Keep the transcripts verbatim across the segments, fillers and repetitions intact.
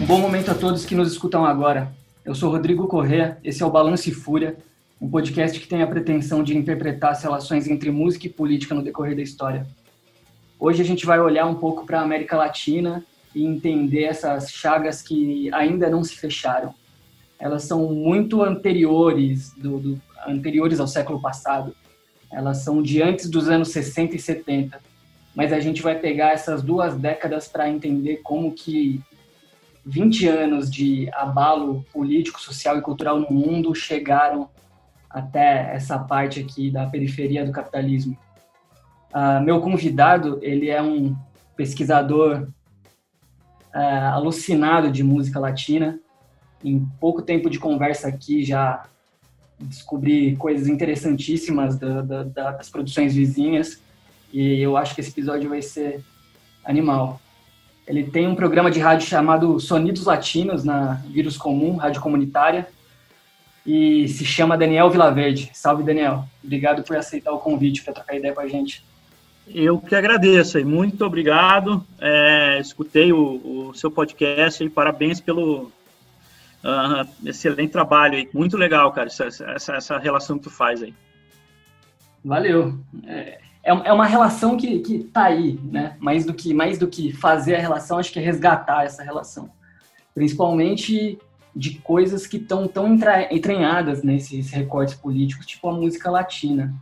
bom momento a todos que nos escutam agora. Eu sou Rodrigo Corrêa, esse é o Balanço e Fúria, um podcast que tem a pretensão de interpretar as relações entre música e política no decorrer da história. Hoje a gente vai olhar um pouco para a América Latina e entender essas chagas que ainda não se fecharam. Elas são muito anteriores, do, do, anteriores ao século passado. Elas são de antes dos anos sessenta e setenta. Mas a gente vai pegar essas duas décadas para entender como que vinte anos de abalo político, social e cultural no mundo chegaram até essa parte aqui da periferia do capitalismo. Uh, meu convidado, ele é um pesquisador uh, alucinado de música latina. Em pouco tempo de conversa aqui, já descobri coisas interessantíssimas da, da, das produções vizinhas, e eu acho que esse episódio vai ser animal. Ele tem um programa de rádio chamado Sonidos Latinos, na Vírus Comum, rádio comunitária, e se chama Daniel Vilaverde. Salve, Daniel. Obrigado por aceitar o convite para trocar ideia com a gente. Eu que agradeço, aí. Muito obrigado. É, escutei o, o seu podcast e parabéns pelo uh, excelente trabalho. Aí. Muito legal, cara, essa, essa, essa relação que tu faz aí. Valeu. É, é uma relação que, que tá aí, né? Mais do que, mais do que fazer a relação, acho que é resgatar essa relação. Principalmente de coisas que estão tão entranhadas nesses recortes políticos, tipo a música latina.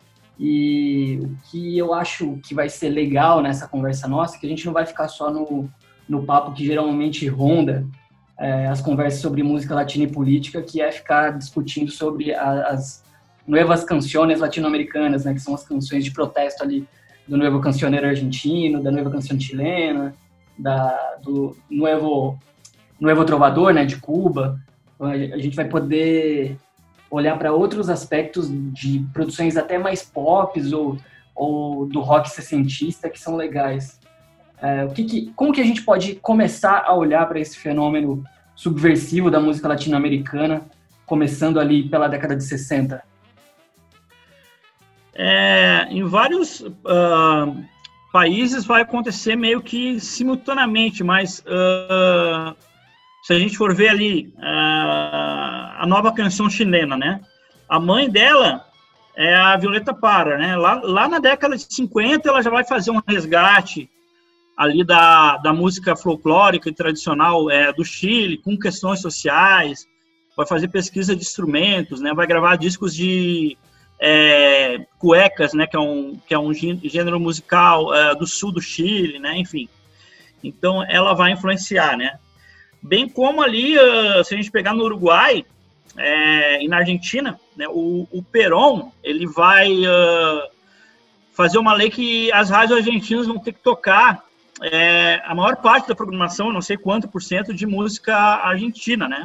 E o que eu acho que vai ser legal nessa conversa nossa é que a gente não vai ficar só no, no papo que geralmente ronda é, as conversas sobre música latina e política, que é ficar discutindo sobre a, as nuevas canções latino-americanas, né, que são as canções de protesto ali do Nuevo Cancionero argentino, da Nueva Canção chilena, da, do Nuevo, Nuevo Trovador, né, de Cuba. A gente vai poder olhar para outros aspectos de produções até mais pop ou, ou do rock sessentista que são legais. É, o que que, como que a gente pode começar a olhar para esse fenômeno subversivo da música latino-americana, começando ali pela década de sessenta? É, em vários uh, países vai acontecer meio que simultaneamente, mas uh, se a gente for ver ali uh, a nova canção chilena, né? A mãe dela é a Violeta Parra, né? Lá, lá na década de cinquenta ela já vai fazer um resgate ali da, da música folclórica e tradicional é, do Chile, com questões sociais, vai fazer pesquisa de instrumentos, né? Vai gravar discos de É, cuecas, né, que é um, que é um gênero musical é, do sul do Chile, né, enfim. Então, ela vai influenciar, né. Bem como ali, uh, se a gente pegar no Uruguai é, e na Argentina, né, o, o Perón, ele vai uh, fazer uma lei que as rádios argentinas vão ter que tocar é, a maior parte da programação, não sei quanto por cento, de música argentina, né.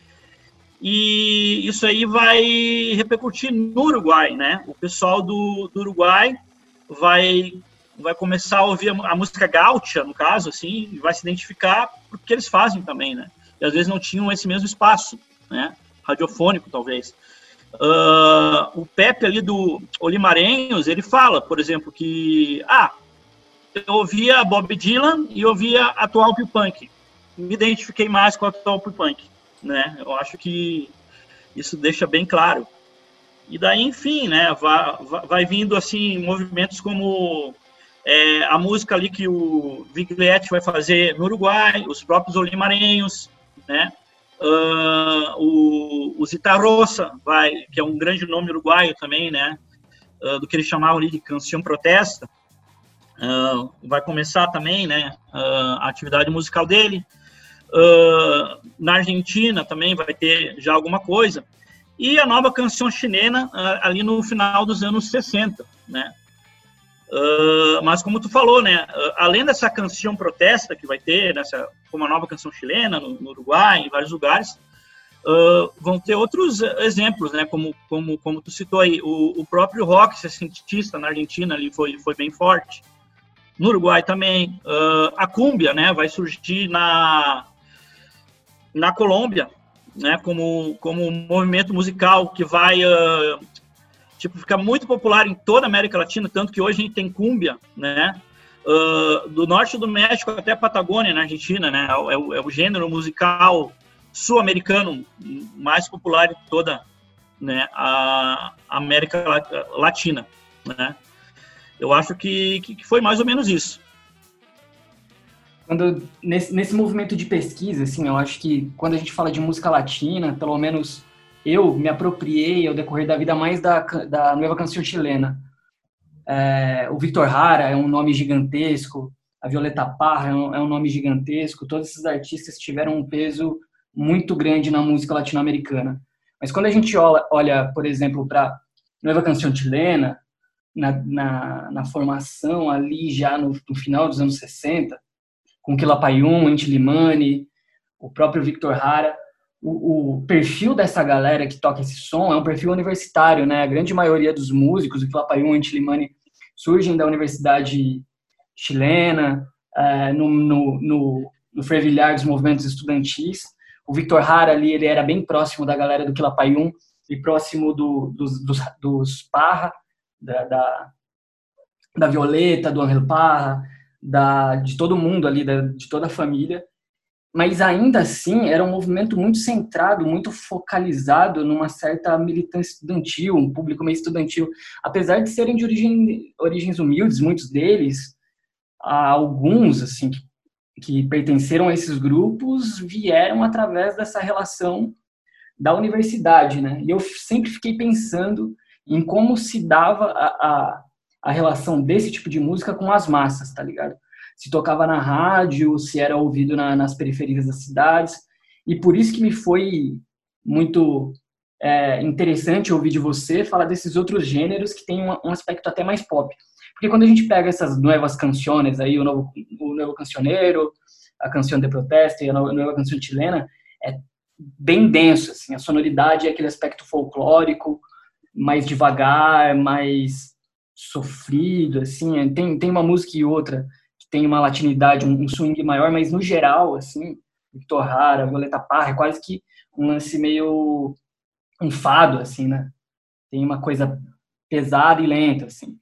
E isso aí vai repercutir no Uruguai, né? O pessoal do, do Uruguai vai, vai começar a ouvir a, a música gaúcha, no caso, assim, e vai se identificar porque eles fazem também, né? E às vezes não tinham esse mesmo espaço, né? Radiofônico, talvez. Uh, o Pepe ali do Olimarenhos, ele fala, por exemplo, que ah, eu ouvia Bob Dylan e ouvia atual punk. Me identifiquei mais com a atual punk. Né? Eu acho que isso deixa bem claro. E daí, enfim, né, vai, vai vindo assim movimentos como é, a música ali que o Viglietti vai fazer no Uruguai, os próprios Olimarenhos, né, uh, o, o Zita Rosa, vai, que é um grande nome uruguaio também, né, uh, do que eles chamavam ali de canção protesta, uh, vai começar também, né, uh, a atividade musical dele. Uh, na Argentina também vai ter já alguma coisa, e a nova canção chilena uh, ali no final dos anos sessenta, né? Uh, mas como tu falou, né, uh, além dessa canção protesta que vai ter, nessa, como a nova canção chilena no, no Uruguai, em vários lugares, uh, vão ter outros exemplos, né, como, como, como tu citou aí, o, o próprio rock sessentista na Argentina ali foi, foi bem forte, no Uruguai também, uh, a cúmbia, né, vai surgir na na Colômbia, né, como, como um movimento musical que vai uh, tipo, ficar muito popular em toda a América Latina, tanto que hoje a gente tem cúmbia, né, uh, do norte do México até a Patagônia, na Argentina, né? É o, é o gênero musical sul-americano mais popular de toda, né, a América Latina, né? Eu acho que, que foi mais ou menos isso. Quando, nesse, nesse movimento de pesquisa, assim, eu acho que quando a gente fala de música latina, pelo menos eu me apropriei ao decorrer da vida mais da, da Nueva Canción Chilena. É, o Victor Jara é um nome gigantesco, a Violeta Parra é um, é um nome gigantesco, todos esses artistas tiveram um peso muito grande na música latino-americana. Mas quando a gente olha, olha por exemplo, para Nueva Canción Chilena, na, na, na formação ali já no, no final dos anos sessenta, com Quilapayún, Inti Illimani, o próprio Victor Jara, o, o perfil dessa galera que toca esse som é um perfil universitário, né? A grande maioria dos músicos, o Quilapayún, Inti Illimani, surgem da universidade chilena, é, no, no, no, no fervilhar dos movimentos estudantis. O Victor Jara ali, ele era bem próximo da galera do Quilapayún e próximo do, dos, dos, dos Parra, da, da, da Violeta, do Ángel Parra, da, de todo mundo ali, da, de toda a família. Mas ainda assim era um movimento muito centrado, muito focalizado numa certa militância estudantil, um público meio estudantil. Apesar de serem de origem, origens humildes, muitos deles, alguns assim que, que pertenceram a esses grupos vieram através dessa relação da universidade, né? E eu sempre fiquei pensando em como se dava a, a, a relação desse tipo de música com as massas, tá ligado? Se tocava na rádio, se era ouvido na, nas periferias das cidades. E por isso que me foi muito é, interessante ouvir de você falar desses outros gêneros que têm um, um aspecto até mais pop. Porque quando a gente pega essas novas canções, aí, o novo, o novo cancioneiro, a canção de protesto e a nova canção chilena, é bem denso, assim, a sonoridade é aquele aspecto folclórico, mais devagar, mais sofrido, assim, tem, tem uma música e outra que tem uma latinidade, um, um swing maior, mas no geral, assim, Victor Jara, Violeta Parra, é quase que um lance meio um fado, assim, né? Tem uma coisa pesada e lenta, assim.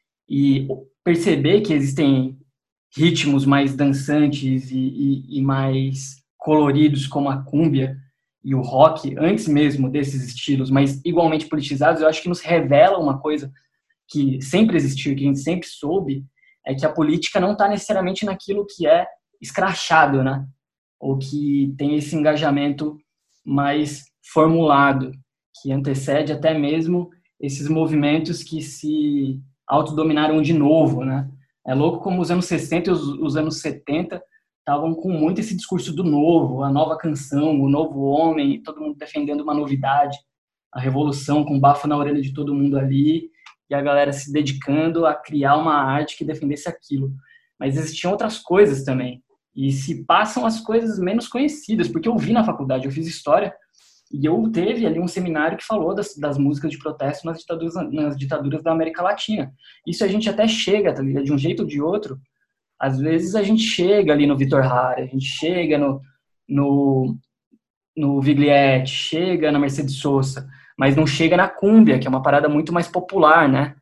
E perceber que existem ritmos mais dançantes e, e, e mais coloridos, como a cúmbia e o rock, antes mesmo desses estilos, mas igualmente politizados, eu acho que nos revela uma coisa que sempre existiu, que a gente sempre soube, é que a política não está necessariamente naquilo que é escrachado, né? Ou que tem esse engajamento mais formulado, que antecede até mesmo esses movimentos que se autodominaram de novo, né? É louco como os anos sessenta e os, os anos setenta estavam com muito esse discurso do novo, a nova canção, o novo homem, todo mundo defendendo uma novidade, a revolução com bafo na orelha de todo mundo ali, e a galera se dedicando a criar uma arte que defendesse aquilo. Mas existiam outras coisas também, e se passam as coisas menos conhecidas, porque eu vi na faculdade, eu fiz história, e eu teve ali um seminário que falou das, das músicas de protesto nas ditaduras, nas ditaduras da América Latina. Isso a gente até chega, tá ligado? De um jeito ou de outro. Às vezes a gente chega ali no Victor Jara, a gente chega no, no, no Viglietti, chega na Mercedes Sosa, mas não chega na cúmbia, que é uma parada muito mais popular, né?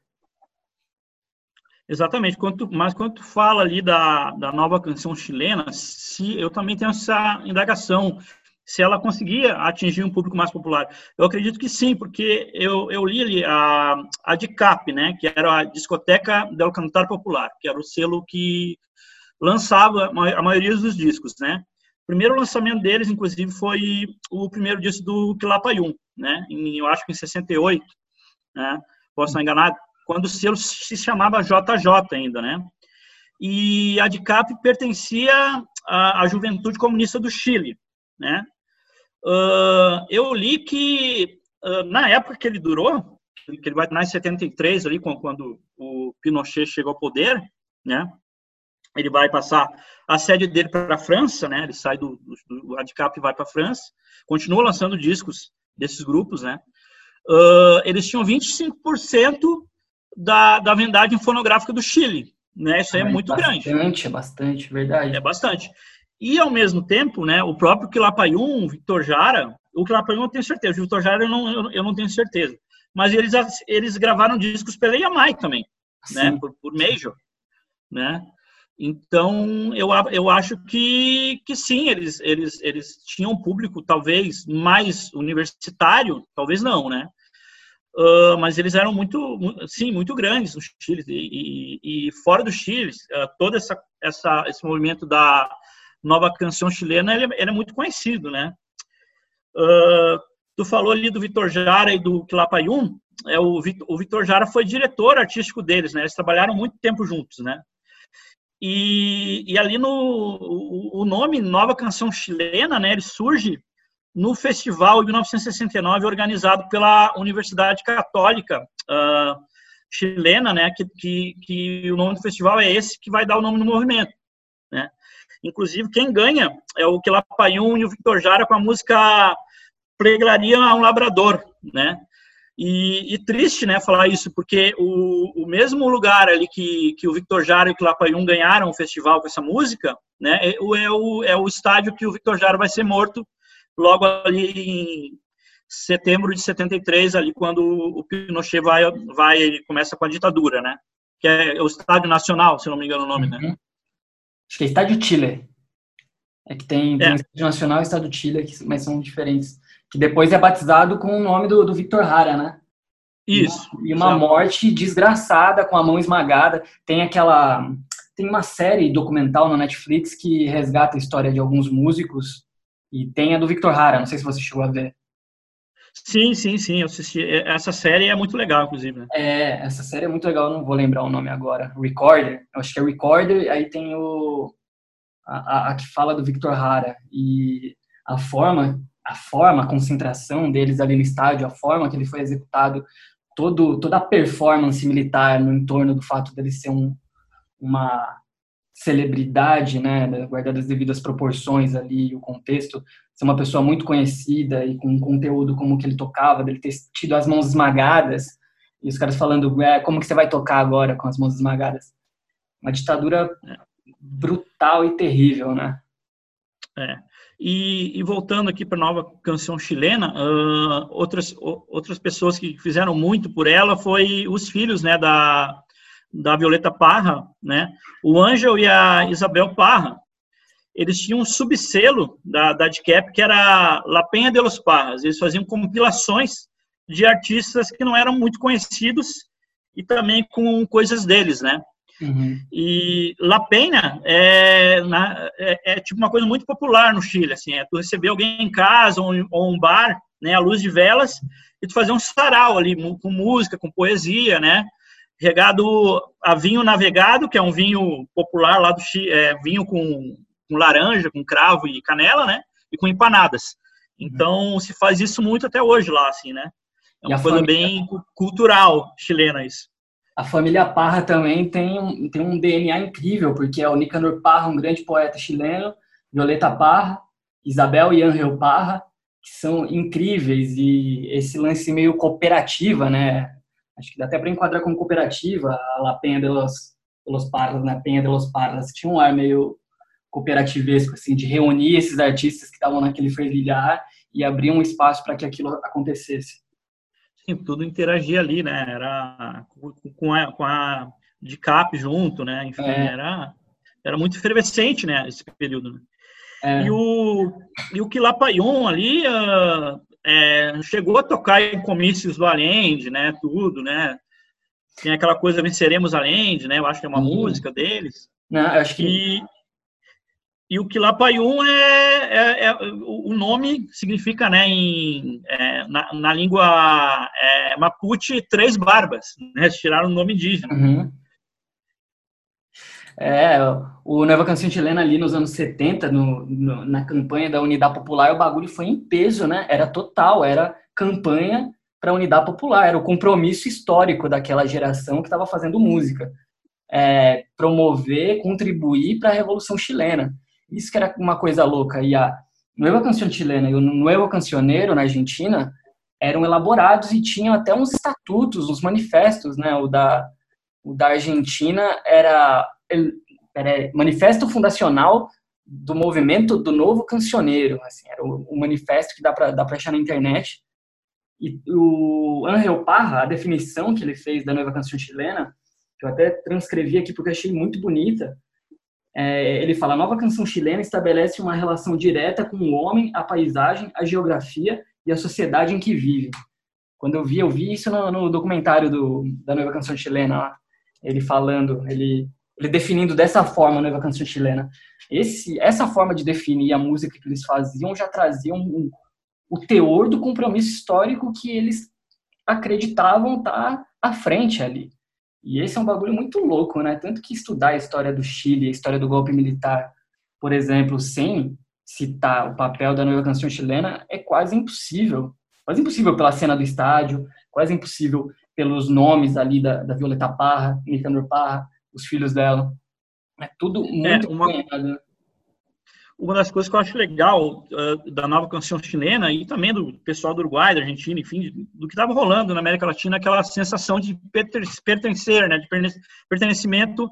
Exatamente. Quando, mas quando tu fala ali da, da nova canção chilena, se, eu também tenho essa indagação, se ela conseguia atingir um público mais popular. Eu acredito que sim, porque eu, eu li ali a, a D C A P, né, que era a Discoteca del Cantar Popular, que era o selo que lançava a maioria dos discos, né. O primeiro lançamento deles, inclusive, foi o primeiro disco do Quilapayún, né, em, eu acho que em sessenta e oito, né, posso estar enganado, quando o selo se chamava J J ainda, né. E a D C A P pertencia à, à Juventude Comunista do Chile, né. Uh, eu li que uh, na época que ele durou, que ele vai nascer em setenta e três ali, quando o Pinochet chegou ao poder, né? Ele vai passar a sede dele para a França, né? Ele sai do, do, do A D C A P e vai para a França, continua lançando discos desses grupos, né? Uh, eles tinham vinte e cinco por cento da, da vendagem fonográfica do Chile, né? Isso aí é, é muito bastante, grande. Bastante, é bastante, verdade. É bastante. E, ao mesmo tempo, né, o próprio Quilapayún, o Victor Jara, o Quilapayún eu tenho certeza, o Victor Jara eu não, eu não tenho certeza, mas eles, eles gravaram discos pela E M I também, né, por, por Major, né, Então, eu, eu acho que, que sim, eles, eles, eles tinham um público talvez mais universitário, talvez não, né? Uh, mas eles eram muito, sim, muito grandes no Chile. E, e, e fora do Chile, uh, todo essa, essa, esse movimento da nova canção chilena, ele, ele é muito conhecido, né? Uh, tu falou ali do Vítor Jara e do Quilapayún. É, o, o Vítor Jara foi diretor artístico deles, né? Eles trabalharam muito tempo juntos, né? E, e ali no o, o nome Nova Canção Chilena, né? Ele surge no festival de mil novecentos e sessenta e nove organizado pela Universidade Católica uh, Chilena, né? Que, que, que o nome do festival é esse que vai dar o nome do movimento, né? Inclusive, quem ganha é o Quilapayún e o Vítor Jara com a música Preglaria a um Labrador, né? E, e triste, né, falar isso, porque o, o mesmo lugar ali que, que o Vítor Jara e o Quilapayún ganharam o festival com essa música, né, é, é, o, é o estádio que o Vítor Jara vai ser morto logo ali em setembro de setenta e três, ali quando o Pinochet vai, vai começa com a ditadura, né? Que é o Estádio Nacional, se não me engano o nome, uhum. né? Acho que é Estádio Chile. É que tem, tem É. Estádio Nacional e Estádio Chile, mas são diferentes. Que depois é batizado com o nome do, do Vítor Jara, né? Isso. E uma exato. morte desgraçada, com a mão esmagada. Tem aquela... Tem uma série documental na Netflix que resgata a história de alguns músicos. E tem a do Vítor Jara, não sei se você chegou a ver. Sim, sim, sim, eu assisti. Essa série é muito legal, inclusive, né? É, essa série é muito legal, eu não vou lembrar o nome agora. Recorder, eu acho que é Recorder, aí tem o... A, a, a que fala do Vítor Jara. E a forma, a forma, a concentração deles ali no estádio, a forma que ele foi executado, todo, toda a performance militar no entorno do fato dele ser um, uma celebridade, né, guardado as devidas proporções ali, o contexto, ser uma pessoa muito conhecida e com um conteúdo como o que ele tocava, dele ter tido as mãos esmagadas, e os caras falando, é, como que você vai tocar agora com as mãos esmagadas? Uma ditadura brutal e terrível, né? É. E, e voltando aqui para a nova canção chilena, uh, outras, outras pessoas que fizeram muito por ela foi os filhos, né, da, da Violeta Parra, né? O Ângelo e a Isabel Parra, eles tinham um subselo da, da A D C A P que era La Penha de los Parras. Eles faziam compilações de artistas que não eram muito conhecidos e também com coisas deles, né? Uhum. E La Penha é, na, é, é tipo uma coisa muito popular no Chile, assim, é tu receber alguém em casa ou, ou um bar, né, à luz de velas, e tu fazer um sarau ali com música, com poesia, né, regado a vinho navegado, que é um vinho popular lá do Chile, é, vinho com, com laranja, com cravo e canela, né, e com empanadas. Então uhum. se faz isso muito até hoje lá, assim, né, é uma coisa família... bem cultural chilena isso. A família Parra também tem um, tem um D N A incrível, porque é o Nicanor Parra, um grande poeta chileno, Violeta Parra, Isabel e Ángel Parra, que são incríveis, e esse lance meio cooperativa, né? Acho que dá até para enquadrar como cooperativa, a La Penha de los, de los Parras, na Penha de los Parras, tinha um ar meio cooperativesco, assim, de reunir esses artistas que estavam naquele fervilhar e abrir um espaço para que aquilo acontecesse. Tudo interagia ali, né? Era com a, com a D C A P junto, né? Enfim, é. era, era muito efervescente, né? Esse período. Né? É. E o, e o Quilapayún ali uh, é, chegou a tocar em comícios do Allende, né? Tudo, né? Tem aquela coisa Venceremos Allende, né? Eu acho que é uma Sim. música deles. Não, eu acho que... E, E o Quilapayún é, é, é o nome significa, né, em, é, na, na língua é, Mapuche, três barbas, né, eles tiraram o nome indígena. Uhum. É, o Nova Canção Chilena ali nos anos setenta, no, no, na campanha da Unidade Popular, o bagulho foi em peso, né, era total, era campanha para a Unidade Popular, era o compromisso histórico daquela geração que estava fazendo música, é, promover, contribuir para a Revolução Chilena. Isso que era uma coisa louca. E a Nueva Canción Chilena e o Nuevo Cancionero, na Argentina, eram elaborados e tinham até uns estatutos, uns manifestos, né? O da, o da Argentina era, era manifesto fundacional do movimento do Novo Cancioneiro. Assim, era o, o manifesto que dá para dá para achar na internet. E o Ángel Parra, a definição que ele fez da Nueva Canción Chilena, que eu até transcrevi aqui porque eu achei muito bonita, É, ele fala, a nova canção chilena estabelece uma relação direta com o homem, a paisagem, a geografia e a sociedade em que vive. Quando eu vi, eu vi isso no, no documentário do, da Nova Canção Chilena, lá, ele falando, ele, ele definindo dessa forma a Nova Canção Chilena. Esse, essa forma de definir a música que eles faziam já trazia um, um, o teor do compromisso histórico que eles acreditavam estar à frente ali. E esse é um bagulho muito louco, né? Tanto que estudar a história do Chile, a história do golpe militar, por exemplo, sem citar o papel da Nova Canção Chilena, é quase impossível. Quase impossível pela cena do estádio, quase impossível pelos nomes ali da, da Violeta Parra, Nicanor Parra, os filhos dela. É tudo muito é, uma, ganhado. Uma das coisas que eu acho legal uh, da Nova Canção Chilena e também do pessoal do Uruguai, da Argentina, enfim, do que estava rolando na América Latina, aquela sensação de pertencer, né, de pertencimento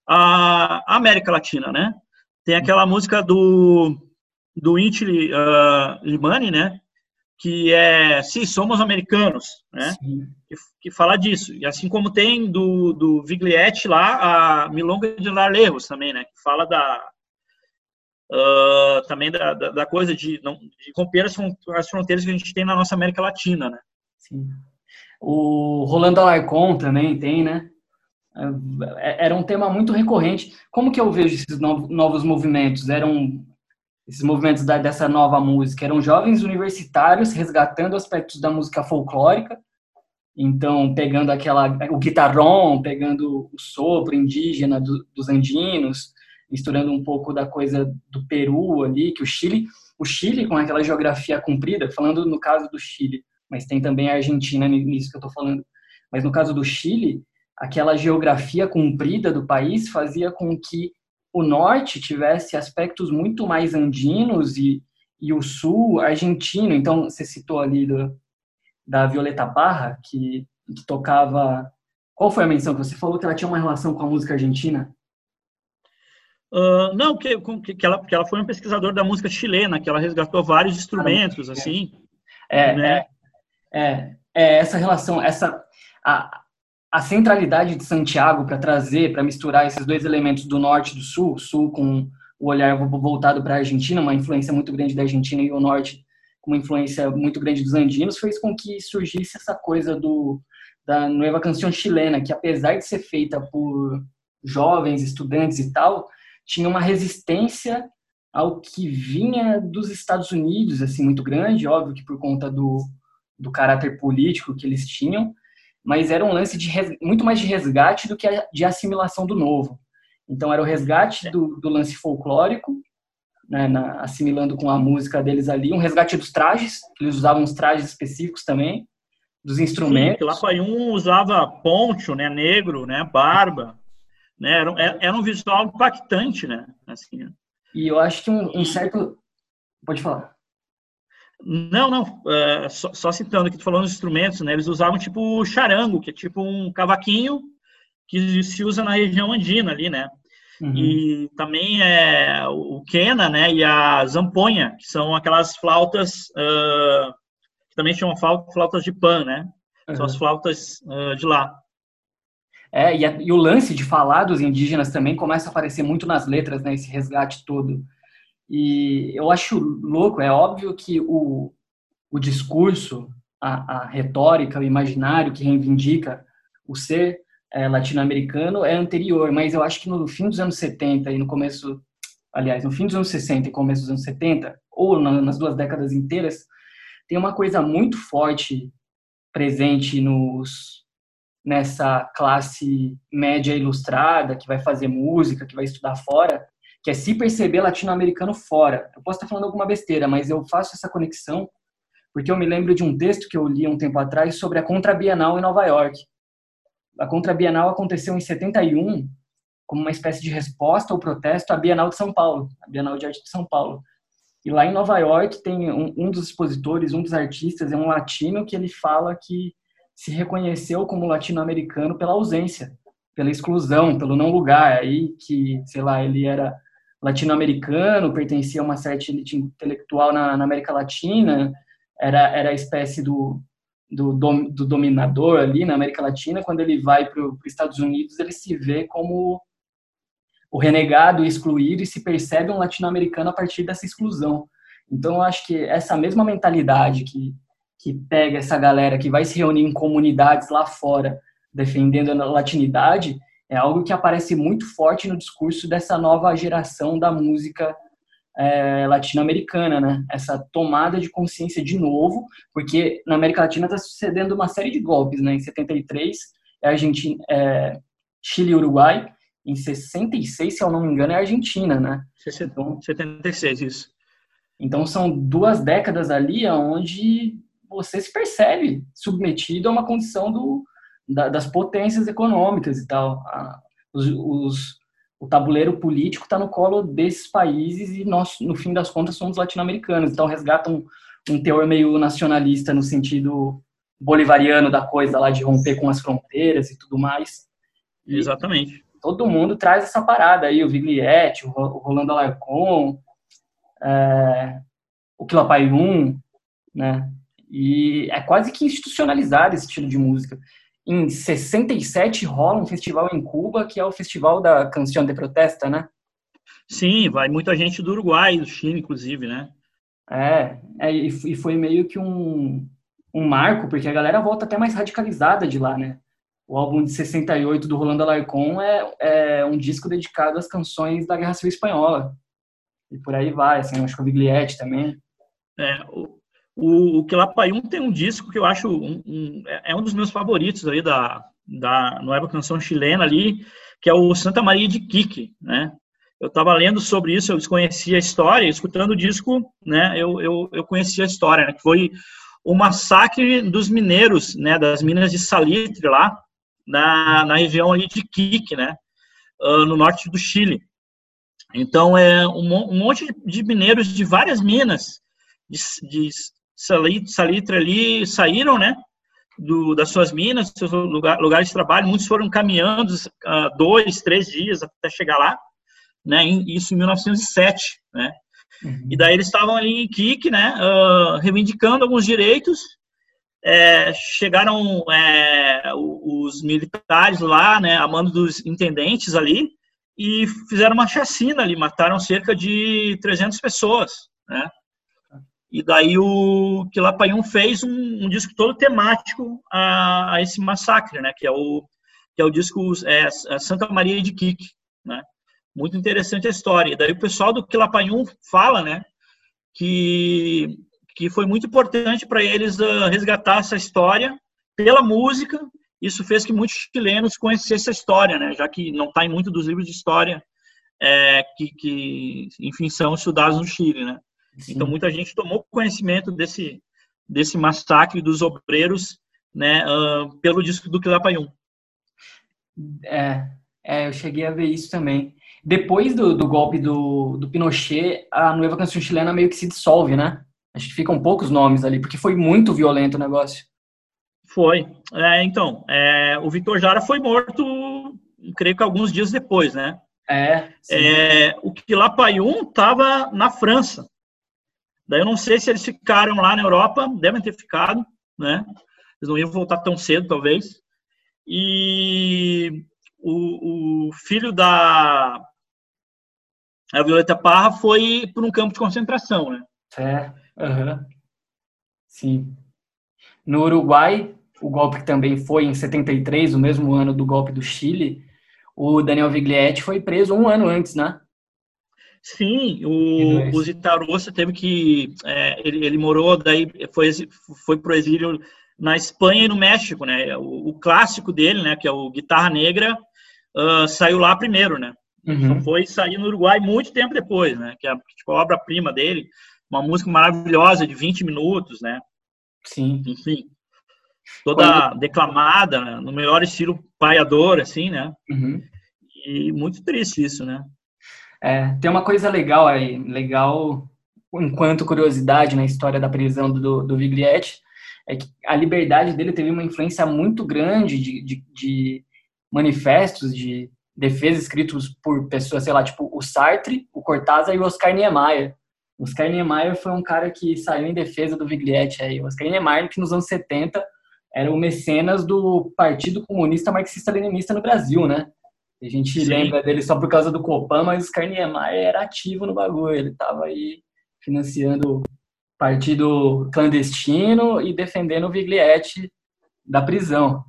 à América Latina, né? Tem aquela música do, do Inti uh, Limani, né? Que é, sim, somos americanos, né? Que, que fala disso. E assim como tem do, do Viglietti lá, a Milonga de Larlejos também, né? Que fala da... Uh, também da, da, da coisa de, não, de romper as, as fronteiras que a gente tem na nossa América Latina, né? Sim. O Rolando Alarcon também tem, né? Era um tema muito recorrente. Como que eu vejo esses novos movimentos? Eram esses movimentos da, dessa nova música? Eram jovens universitários resgatando aspectos da música folclórica, então pegando aquela, o guitarrão, pegando o sopro indígena do, dos andinos, misturando um pouco da coisa do Peru ali, que o Chile, o Chile com aquela geografia comprida, falando no caso do Chile, mas tem também a Argentina nisso que eu estou falando, mas no caso do Chile, aquela geografia comprida do país fazia com que o norte tivesse aspectos muito mais andinos e, e o sul argentino. Então, você citou ali do, da Violeta Parra, que, que tocava... Qual foi a menção que você falou? Que ela tinha uma relação com a música argentina? Uh, não, que, que, ela, que ela foi uma pesquisadora da música chilena, que ela resgatou vários instrumentos, assim. É, né? é, é, é essa relação, essa a, a centralidade de Santiago para trazer, para misturar esses dois elementos do norte e do sul, sul com o olhar voltado para a Argentina, uma influência muito grande da Argentina, e o norte com uma influência muito grande dos andinos, fez com que surgisse essa coisa do, da Nova Canção Chilena, que apesar de ser feita por jovens, estudantes e tal, tinha uma resistência ao que vinha dos Estados Unidos, assim, muito grande, óbvio que por conta do, do caráter político que eles tinham, mas era um lance de res, muito mais de resgate do que de assimilação do novo. Então era o resgate do, do lance folclórico, né, na, assimilando com a música deles ali, um resgate dos trajes, que eles usavam uns trajes específicos também, dos instrumentos. Sim, que Lapaium usava poncho, né, negro, né, barba. Né, era, era um visual impactante, né? Assim. E eu acho que um, um certo... Pode falar. Não, não. É, só, só citando aqui, tu falando dos instrumentos, né? Eles usavam tipo o charango, que é tipo um cavaquinho que se usa na região andina ali, né? Uhum. E também é o quena, né? E a zamponha, que são aquelas flautas uh, que também chamam flautas de pan, né? Uhum. São as flautas uh, de lá. É, e, a, e o lance de falar dos indígenas também começa a aparecer muito nas letras, né, esse resgate todo. E eu acho louco, é óbvio que o, o discurso, a, a retórica, o imaginário que reivindica o ser é, latino-americano é anterior, mas eu acho que no fim dos anos setenta e no começo, aliás, no fim dos anos sessenta e começo dos anos setenta, ou na, nas duas décadas inteiras, tem uma coisa muito forte presente nos... nessa classe média ilustrada, que vai fazer música, que vai estudar fora, que é se perceber latino-americano fora. Eu posso estar falando alguma besteira, mas eu faço essa conexão porque eu me lembro de um texto que eu li um tempo atrás sobre a Contrabienal em Nova York. A Contrabienal aconteceu em setenta e um como uma espécie de resposta ao protesto à Bienal de São Paulo, a Bienal de Arte de São Paulo. E lá em Nova York tem um, um dos expositores, um dos artistas, é um latino que ele fala que se reconheceu como latino-americano pela ausência, pela exclusão, pelo não lugar, aí que, sei lá, ele era latino-americano, pertencia a uma certa elite intelectual na, na América Latina, era, era a espécie do, do, dom, do dominador ali na América Latina. Quando ele vai para os Estados Unidos, ele se vê como, o renegado, o excluído, e se percebe um latino-americano a partir dessa exclusão. Então, eu acho que essa mesma mentalidade que, que pega essa galera que vai se reunir em comunidades lá fora, defendendo a latinidade, é algo que aparece muito forte no discurso dessa nova geração da música é, latino-americana, né? Essa tomada de consciência de novo, porque na América Latina está sucedendo uma série de golpes, né? Em setenta e três, é Argentina, é Chile e Uruguai. Em sessenta e seis, se eu não me engano, é Argentina, né? Então, setenta e seis, isso. Então, são duas décadas ali onde você se percebe submetido a uma condição do, da, das potências econômicas e tal. A, os, os, o tabuleiro político está no colo desses países e nós, no fim das contas, somos latino-americanos. Então, resgatam um, um teor meio nacionalista no sentido bolivariano da coisa lá, de romper com as fronteiras e tudo mais. E exatamente. Todo mundo traz essa parada aí, o Viglietti, o Rolando Alarcón, é, o Quilapayún, né? E é quase que institucionalizado esse estilo de música. Em sessenta e sete rola um festival em Cuba, que é o Festival da Canción de Protesta, né? Sim, vai muita gente do Uruguai, do Chile, inclusive, né? É, é e foi meio que um, um marco, porque a galera volta até mais radicalizada de lá, né? O álbum de sessenta e oito do Rolando Alarcón é, é um disco dedicado às canções da Guerra Civil Espanhola. E por aí vai, assim, acho que o Viglietti também. É, o, o, o Quilapayún tem um disco que eu acho um, um, é um dos meus favoritos aí da, da nova canção chilena ali, que é o Santa Maria de Quique, né? Eu estava lendo sobre isso, eu desconhecia a história, escutando o disco, né, eu, eu, eu conhecia a história, né, que foi o massacre dos mineiros, né, das minas de salitre lá, na, na região ali de Quique, né, uh, no norte do Chile. Então, é um, um monte de mineiros de várias minas de, de salitre, salitre ali saíram, né, do, das suas minas, dos seus lugar, lugares de trabalho. Muitos foram caminhando uh, dois, três dias até chegar lá, né, isso em mil novecentos e sete, né. Uhum. E daí eles estavam ali em Quique, né, uh, reivindicando alguns direitos. É, chegaram é, os militares lá, né, a mando dos intendentes ali, e fizeram uma chacina ali, mataram cerca de trezentas pessoas, né? E daí o Quilapayún fez um, um disco todo temático a, a esse massacre, né? Que é o que é o disco é, Santa Maria de Quique, né? Muito interessante a história. E daí o pessoal do Quilapayún fala, né, que que foi muito importante para eles uh, resgatar essa história pela música. Isso fez que muitos chilenos conhecessem essa história, né? Já que não está em muito dos livros de história é, que, que, enfim, são estudados no Chile, né? Sim. Então, muita gente tomou conhecimento desse, desse massacre dos obreiros, né, uh, pelo disco do Quilapayún. É, é, eu cheguei a ver isso também. Depois do, do golpe do, do Pinochet, a Nueva Canção Chilena meio que se dissolve, né? Acho que ficam poucos nomes ali, porque foi muito violento o negócio. Foi. É, então, é, o Victor Jara foi morto, creio que alguns dias depois, né? É. é o Quilapayún estava na França. Daí eu não sei se eles ficaram lá na Europa, devem ter ficado, né? Eles não iam voltar tão cedo, talvez. E o, o filho da a Violeta Parra foi para um campo de concentração, né? É. Uhum. Sim. No Uruguai, o golpe que também foi em setenta e três, o mesmo ano do golpe do Chile, o Daniel Viglietti foi preso um ano antes, né? Sim, o, o Zitarrosa teve que... É, ele, ele morou, daí foi, foi pro exílio na Espanha e no México, né? O, o clássico dele, né, que é o Guitarra Negra, uh, saiu lá primeiro, né? Uhum. Só foi sair no Uruguai muito tempo depois, né? Que é tipo, a obra-prima dele. Uma música maravilhosa de vinte minutos, né? Sim. Enfim, toda Quando... declamada, né? No melhor estilo paiador, assim, né? Uhum. E muito triste isso, né? É, tem uma coisa legal aí, legal enquanto curiosidade na história da prisão do, do Viglietti, é que a liberdade dele teve uma influência muito grande de, de, de manifestos, de defesa escritos por pessoas, sei lá, tipo o Sartre, o Cortázar e o Oscar Niemeyer. O Oscar Niemeyer foi um cara que saiu em defesa do Viglietti aí. O Oscar Niemeyer, que nos anos setenta era o mecenas do Partido Comunista Marxista-Leninista no Brasil, né? A gente Sim. lembra dele só por causa do Copan, mas o Oscar Niemeyer era ativo no bagulho. Ele estava aí financiando partido clandestino e defendendo o Viglietti da prisão.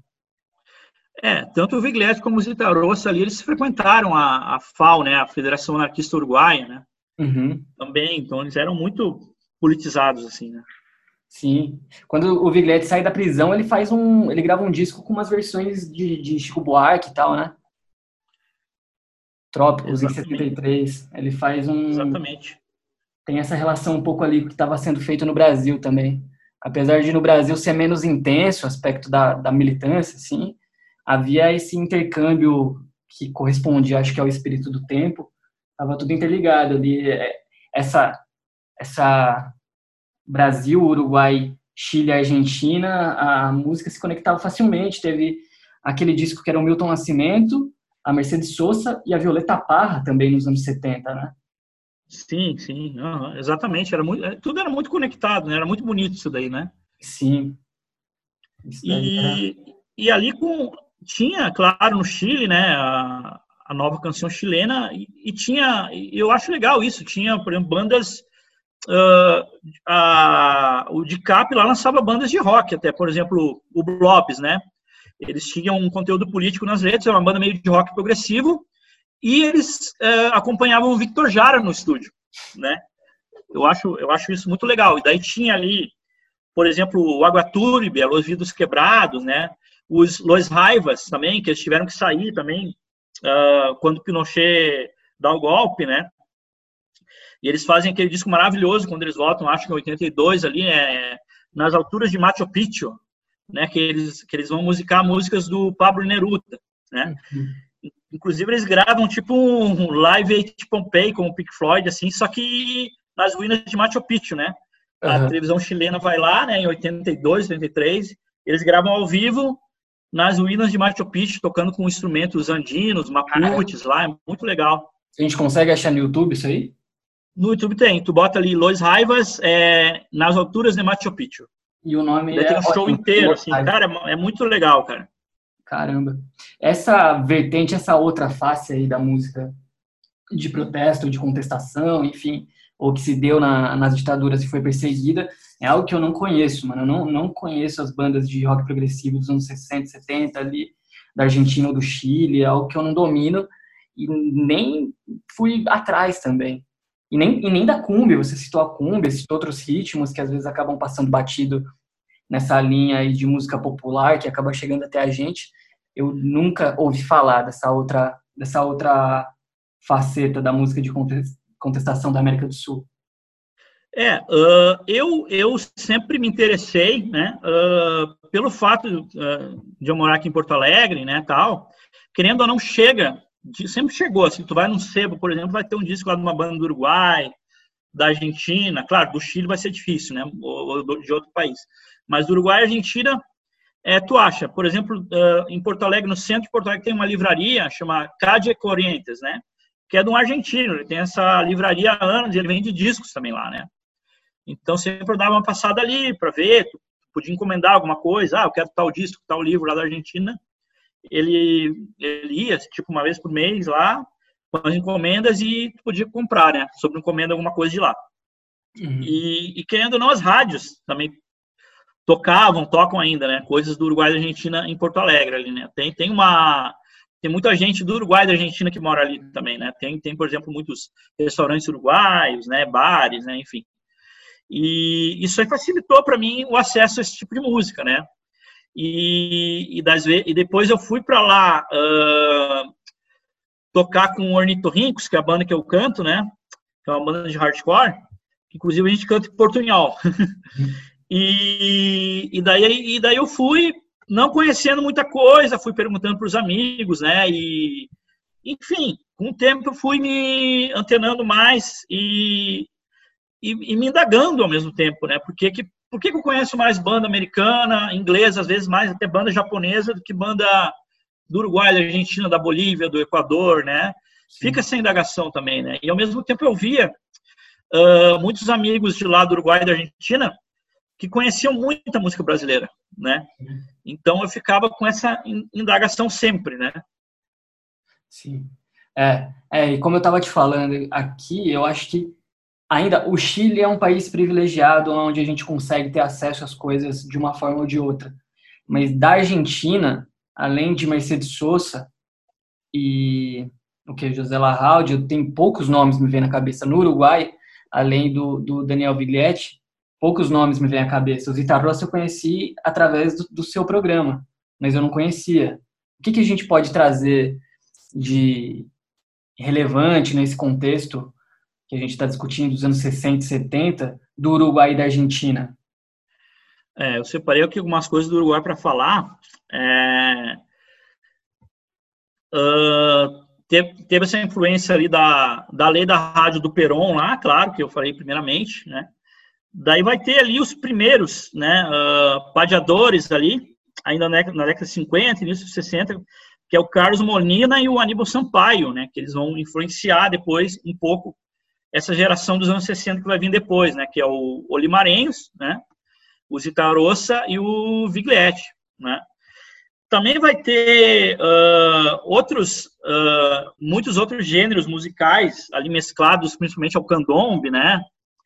É, tanto o Viglietti como o Zitarrosa ali, eles frequentaram a, a F A U, né, a Federação Anarquista Uruguaia, né? Uhum. Também, então eles eram muito politizados, assim, né? Sim. Quando o Viglietti sai da prisão, ele faz um, ele grava um disco com umas versões de, de Chico Buarque e tal, né? Trópicos, em setenta e Exatamente. três. Ele faz um... Exatamente. Tem essa relação um pouco ali que estava sendo feito no Brasil também. Apesar de no Brasil ser menos intenso o aspecto da, da militância, assim, havia esse intercâmbio que correspondia, acho que ao espírito do tempo. Estava tudo interligado ali. Essa, essa Brasil, Uruguai, Chile, Argentina, a música se conectava facilmente. Teve aquele disco que era o Milton Nascimento, a Mercedes Sosa e a Violeta Parra também nos anos setenta, né? Sim, sim, uhum, exatamente. Era muito, tudo era muito conectado, né? Era muito bonito isso daí, né? Sim. Isso daí era... E, e ali com, tinha, claro, no Chile, né, a, a nova canção chilena, e, e tinha, e eu acho legal isso, tinha, por exemplo, bandas, uh, a, o D C A P lá lançava bandas de rock até, por exemplo, o Blobs, né? Eles tinham um conteúdo político nas letras, era uma banda meio de rock progressivo, e eles uh, acompanhavam o Victor Jara no estúdio, né? Eu acho, eu acho isso muito legal. E daí tinha ali, por exemplo, o Aguatúrbe, Los Vidros Quebrados, né? Os Los Raivas também, que eles tiveram que sair também uh, quando Pinochet dá o golpe, né? E eles fazem aquele disco maravilhoso quando eles voltam, acho que em oitenta e dois, ali, é, nas alturas de Machu Picchu, né? Que eles, que eles vão musicar músicas do Pablo Neruda, né? Uhum. Inclusive, eles gravam tipo um Live Aid de Pompeii, como o Pink Floyd, assim, só que nas ruínas de Machu Picchu, né? A Uhum. televisão chilena vai lá, né, em oitenta e dois, oitenta e três, eles gravam ao vivo nas ruínas de Machu Picchu, tocando com instrumentos andinos, maputes lá, é muito legal. A gente consegue achar no YouTube isso aí? No YouTube tem, tu bota ali Los Raivas é, nas alturas de Machu Picchu. E o nome Daí é tem um show inteiro, assim, cara, é muito legal, cara. Caramba. Essa vertente, essa outra face aí da música de protesto, de contestação, enfim, ou que se deu na, nas ditaduras e foi perseguida, é algo que eu não conheço, mano. Eu não, não conheço as bandas de rock progressivo dos anos sessenta, setenta ali, da Argentina ou do Chile, é algo que eu não domino e nem fui atrás também. E nem, e nem da cumbia, você citou a cumbia, citou outros ritmos que às vezes acabam passando batido nessa linha aí de música popular que acaba chegando até a gente. Eu nunca ouvi falar dessa outra, dessa outra faceta da música de contestação da América do Sul. É, uh, eu, eu sempre me interessei, né, uh, pelo fato uh, de eu morar aqui em Porto Alegre, né, tal, querendo ou não chega, de, sempre chegou, assim, tu vai num sebo, por exemplo, vai ter um disco lá de uma banda do Uruguai, da Argentina, claro, do Chile vai ser difícil, né, ou, ou de outro país, mas do Uruguai e Argentina, é, tu acha, por exemplo, uh, em Porto Alegre, no centro de Porto Alegre tem uma livraria, chama Calle Corrientes, né, que é de um argentino, ele tem essa livraria há anos, ele vende discos também lá, né. Então, sempre eu dava uma passada ali para ver, podia encomendar alguma coisa, ah, eu quero tal disco, tal livro lá da Argentina. Ele, ele ia, tipo, uma vez por mês lá, com as encomendas e podia comprar, né, sobre encomenda alguma coisa de lá. Uhum. E, e, querendo ou não, as rádios também tocavam, tocam ainda, né, coisas do Uruguai e da Argentina em Porto Alegre ali, né. Tem, tem uma... Tem muita gente do Uruguai e da Argentina que mora ali também, né. Tem, tem, por exemplo, muitos restaurantes uruguaios, né, bares, né, enfim. E isso aí facilitou para mim o acesso a esse tipo de música, né? E, e, das, e depois eu fui para lá uh, tocar com o Ornitorrincos, que é a banda que eu canto, né? Que é uma banda de hardcore. Inclusive a gente canta em portunhol. e, e, daí, e daí eu fui, não conhecendo muita coisa, fui perguntando para os amigos, né? E, enfim, com o tempo eu fui me antenando mais e E, e me indagando ao mesmo tempo, né? Por que, que, por que, que eu conheço mais banda americana, inglesa, às vezes mais até banda japonesa do que banda do Uruguai, da Argentina, da Bolívia, do Equador, né? Sim. Fica essa indagação também, né? E ao mesmo tempo eu via uh, muitos amigos de lá do Uruguai e da Argentina que conheciam muita música brasileira, né? Então eu ficava com essa indagação sempre, né? Sim. É, é, e como eu estava te falando aqui, eu acho que ainda o Chile é um país privilegiado onde a gente consegue ter acesso às coisas de uma forma ou de outra. Mas da Argentina, além de Mercedes Sosa e o que José Larralde, tem poucos nomes me vêm na cabeça. No Uruguai, além do, do Daniel Viglietti, poucos nomes me vêm à cabeça. O Zita Rossi eu conheci através do, do seu programa, mas eu não conhecia. O que, que a gente pode trazer de relevante nesse contexto que a gente está discutindo dos anos sessenta e setenta, do Uruguai e da Argentina? É, eu separei aqui algumas coisas do Uruguai para falar. É, uh, teve, teve essa influência ali da, da lei da rádio do Perón lá, claro, que eu falei primeiramente, né? Daí vai ter ali os primeiros, né, uh, padeadores ali, ainda na década, na década de cinquenta, início de sessenta, que é o Carlos Molina e o Aníbal Sampaio, né, que eles vão influenciar depois um pouco essa geração dos anos sessenta que vai vir depois, né, que é o Olimarenhos, né, o Zita Rossi e o Viglietti, né. Também vai ter uh, outros, uh, muitos outros gêneros musicais ali mesclados, principalmente ao candombe, né.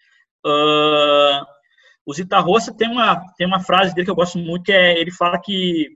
Uh, o Zita Rossi tem uma, tem uma frase dele que eu gosto muito, que é, ele fala que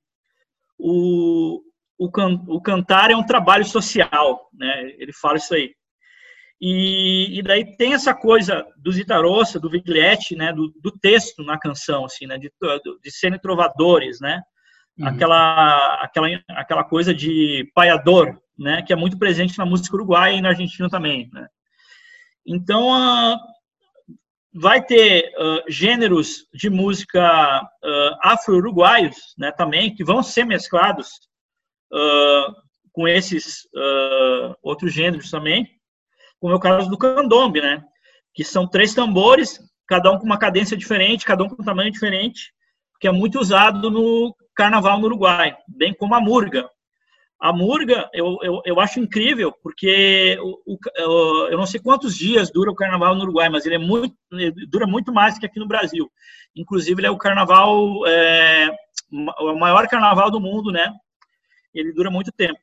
o, o, can, o cantar é um trabalho social, né? Ele fala isso aí. E, e daí tem essa coisa do Zita Rossi, do Viglietti, né? Do, do texto na canção, assim, né? De, de serem trovadores, né? Uhum. Aquela, aquela, aquela coisa de paiador, né? Que é muito presente na música uruguaia e na Argentina também, né? Então, uh, vai ter uh, gêneros de música uh, afro-uruguaios, né, também, que vão ser mesclados uh, com esses uh, outros gêneros também, como é o caso do candombe, né, que são três tambores, cada um com uma cadência diferente, cada um com um tamanho diferente, que é muito usado no carnaval no Uruguai, bem como a murga. A murga, eu, eu, eu acho incrível, porque o, o, eu não sei quantos dias dura o carnaval no Uruguai, mas ele, é muito, ele dura muito mais que aqui no Brasil. Inclusive, ele é o carnaval, é, o maior carnaval do mundo, né? Ele dura muito tempo.